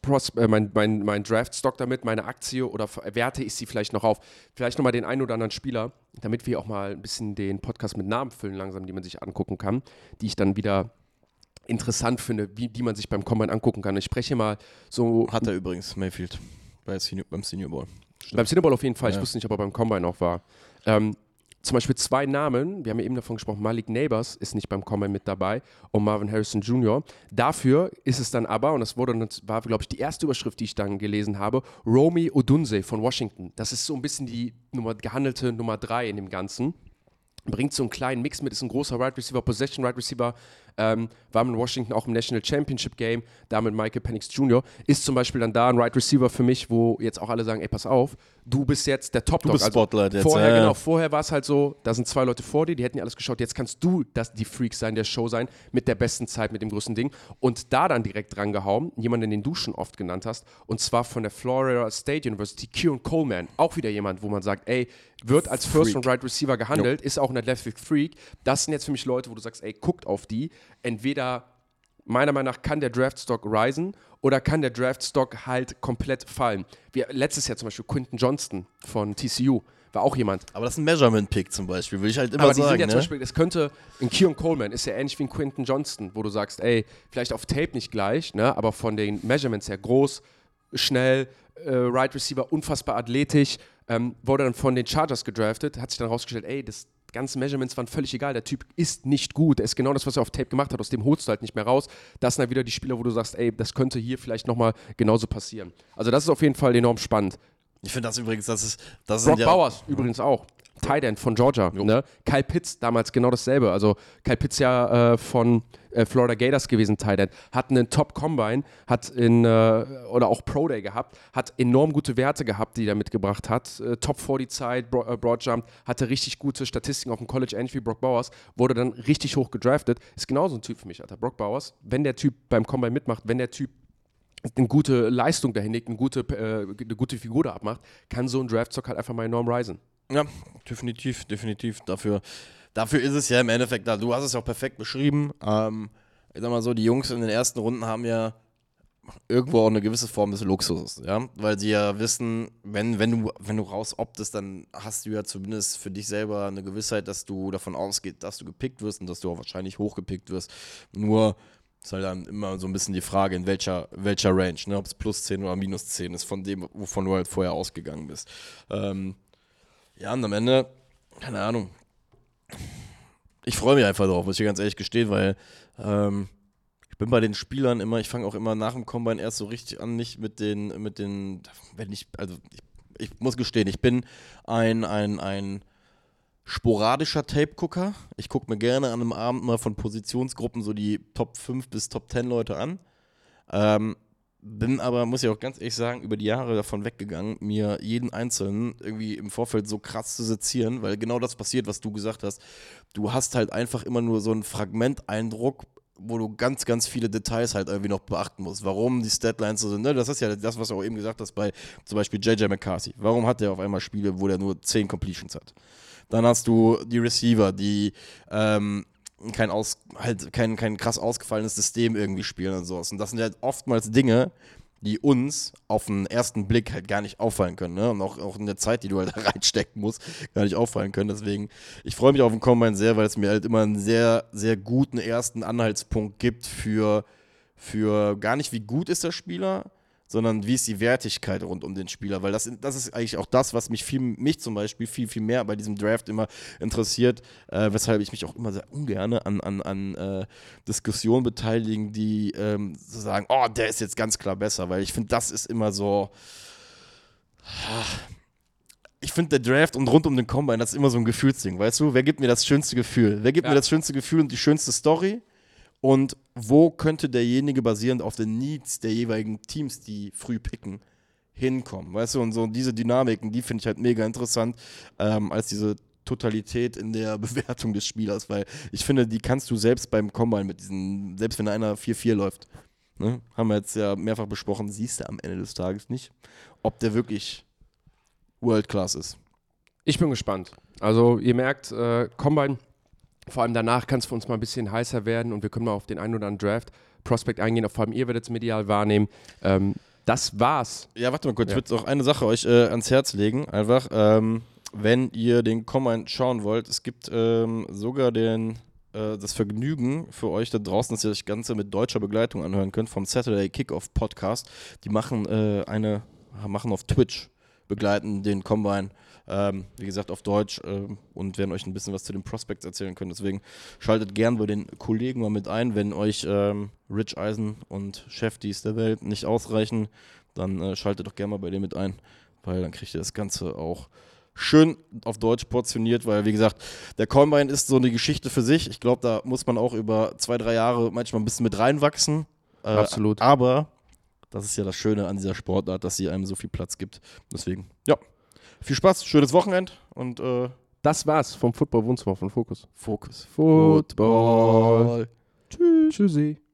mein Draftstock damit, meine Aktie, oder werte ich sie vielleicht noch auf? Vielleicht nochmal den einen oder anderen Spieler, damit wir auch mal ein bisschen den Podcast mit Namen füllen langsam, die man sich angucken kann, die ich dann wieder interessant finde, die man sich beim Combine angucken kann. Ich spreche mal so... Hat er übrigens, Mayfield, beim Senior Bowl. Stimmt. Beim Senior Bowl auf jeden Fall. Ja. Ich wusste nicht, ob er beim Combine auch war. Zum Beispiel 2 Namen, wir haben ja eben davon gesprochen, Malik Neighbors ist nicht beim Combine mit dabei und Marvin Harrison Jr. Dafür ist es dann aber, und das war, glaube ich, die erste Überschrift, die ich dann gelesen habe, Rome Odunze von Washington. Das ist so ein bisschen die gehandelte Nummer 3 in dem Ganzen. Bringt so einen kleinen Mix mit, ist ein großer Wide Receiver, Possession Wide Receiver, war mit Washington auch im National Championship Game, da mit Michael Penix Jr., ist zum Beispiel dann da ein Wide Receiver für mich, wo jetzt auch alle sagen, ey, pass auf, du bist jetzt der Top-Dog. Du bist Spotlight jetzt. Vorher war es halt so, da sind 2 Leute vor dir, die hätten ja alles geschaut, jetzt kannst du die Freak sein, der Show sein, mit der besten Zeit, mit dem größten Ding, und da dann direkt dran gehauen, jemanden, den du schon oft genannt hast, und zwar von der Florida State University, Kieran Coleman, auch wieder jemand, wo man sagt, ey, wird als First- und Right Receiver gehandelt, ist auch ein Athletic Freak. Das sind jetzt für mich Leute, wo du sagst, ey, guckt auf die. Entweder, meiner Meinung nach, kann der Draftstock risen oder kann der Draftstock halt komplett fallen. Letztes Jahr zum Beispiel Quinton Johnston von TCU war auch jemand. Aber das ist ein Measurement-Pick zum Beispiel, würde ich halt immer aber sagen. Aber die sind ja ne? zum Beispiel, es könnte, ein Kieran Coleman ist ja ähnlich wie ein Quinton Johnston, wo du sagst, ey, vielleicht auf Tape nicht gleich, ne, aber von den Measurements her groß, schnell, Right Receiver, unfassbar athletisch, wurde dann von den Chargers gedraftet, hat sich dann rausgestellt, ey, das ganze Measurements waren völlig egal, der Typ ist nicht gut, er ist genau das, was er auf Tape gemacht hat, aus dem holst du halt nicht mehr raus. Das sind dann wieder die Spieler, wo du sagst, ey, das könnte hier vielleicht nochmal genauso passieren. Also das ist auf jeden Fall enorm spannend. Ich finde das übrigens, Brock Bowers übrigens auch. Tight End von Georgia. Ne? Kyle Pitts, damals genau dasselbe. Also Kyle Pitts ja von Florida Gators gewesen, Tight End. Hat einen Top-Combine, hat oder auch Pro Day gehabt, hat enorm gute Werte gehabt, die er mitgebracht hat. Top 40 Zeit, Broad Jump, hatte richtig gute Statistiken auf dem College, ähnlich wie Brock Bowers, wurde dann richtig hoch gedraftet. Ist genauso ein Typ für mich, Alter. Brock Bowers, wenn der Typ beim Combine mitmacht, wenn der Typ eine gute Leistung dahin legt, eine gute Figur da abmacht, kann so ein Draftstock halt einfach mal enorm risen. Ja, definitiv. Dafür ist es ja im Endeffekt da. Du hast es ja auch perfekt beschrieben. Ich sag mal so, die Jungs in den ersten Runden haben ja irgendwo auch eine gewisse Form des Luxuses, ja, weil sie ja wissen, wenn du rausoptest, dann hast du ja zumindest für dich selber eine Gewissheit, dass du davon ausgehst, dass du gepickt wirst und dass du auch wahrscheinlich hochgepickt wirst. Nur ist halt dann immer so ein bisschen die Frage, in welcher Range, ne, ob es plus 10 oder minus 10 ist von dem, wovon du halt vorher ausgegangen bist. Ja, und am Ende, keine Ahnung, ich freue mich einfach drauf, muss ich dir ganz ehrlich gestehen, weil ich bin bei den Spielern immer, ich fange auch immer nach dem Combine erst so richtig an, nicht mit den, wenn ich, also ich muss gestehen, ich bin ein sporadischer Tape-Gucker. Ich gucke mir gerne an einem Abend mal von Positionsgruppen so die Top 5 bis Top 10 Leute an. Bin aber, muss ich auch ganz ehrlich sagen, über die Jahre davon weggegangen, mir jeden Einzelnen irgendwie im Vorfeld so krass zu sezieren, weil genau das passiert, was du gesagt hast. Du hast halt einfach immer nur so einen Fragmenteindruck, wo du ganz, ganz viele Details halt irgendwie noch beachten musst. Warum die Statlines so sind, ne? Das ist ja das, was du auch eben gesagt hast bei zum Beispiel J.J. McCarthy. Warum hat der auf einmal Spiele, wo der nur 10 Completions hat? Dann hast du die Receiver, die kein krass ausgefallenes System irgendwie spielen und sowas. Und das sind halt oftmals Dinge, die uns auf den ersten Blick halt gar nicht auffallen können, ne? Und auch in der Zeit, die du halt reinstecken musst, gar nicht auffallen können. Deswegen, ich freue mich auf den Combine sehr, weil es mir halt immer einen sehr, sehr guten ersten Anhaltspunkt gibt für gar nicht, wie gut ist der Spieler, sondern wie ist die Wertigkeit rund um den Spieler, weil das ist eigentlich auch das, was mich zum Beispiel viel mehr bei diesem Draft immer interessiert, weshalb ich mich auch immer sehr ungern an Diskussionen beteiligen, die so sagen, oh, der ist jetzt ganz klar besser, weil ich finde, das ist immer so, ich finde, der Draft und rund um den Combine, das ist immer so ein Gefühlsding, weißt du, wer gibt mir das schönste Gefühl? Wer gibt mir das schönste Gefühl und die schönste Story? Und wo könnte derjenige basierend auf den Needs der jeweiligen Teams, die früh picken, hinkommen? Weißt du, und so diese Dynamiken, die finde ich halt mega interessant, als diese Totalität in der Bewertung des Spielers, weil ich finde, die kannst du selbst beim Combine mit selbst wenn einer 4-4 läuft, ne, haben wir jetzt ja mehrfach besprochen, siehst du am Ende des Tages nicht, ob der wirklich World Class ist. Ich bin gespannt. Also ihr merkt, Combine, vor allem danach kann es für uns mal ein bisschen heißer werden und wir können mal auf den einen oder anderen Draft-Prospect eingehen, auch vor allem ihr werdet es medial wahrnehmen. Das war's. Ja, warte mal kurz, ich würde auch eine Sache euch ans Herz legen, einfach, wenn ihr den Combine schauen wollt, es gibt sogar das Vergnügen für euch da draußen, dass ihr das Ganze mit deutscher Begleitung anhören könnt, vom Saturday Kickoff Podcast. Die machen auf Twitch, begleiten den Combine, wie gesagt, auf Deutsch und werden euch ein bisschen was zu den Prospects erzählen können. Deswegen schaltet gern bei den Kollegen mal mit ein. Wenn euch Rich Eisen und Chefdies der Welt nicht ausreichen, dann schaltet doch gerne mal bei denen mit ein, weil dann kriegt ihr das Ganze auch schön auf Deutsch portioniert, weil, wie gesagt, der Combine ist so eine Geschichte für sich. Ich glaube, da muss man auch über 2-3 Jahre manchmal ein bisschen mit reinwachsen. Absolut. Aber das ist ja das Schöne an dieser Sportart, dass sie einem so viel Platz gibt. Deswegen, ja, viel Spaß, schönes Wochenende und das war's vom Football-Wohnzimmer von Fokus. Fokus. Football. Tschüss. Tschüssi.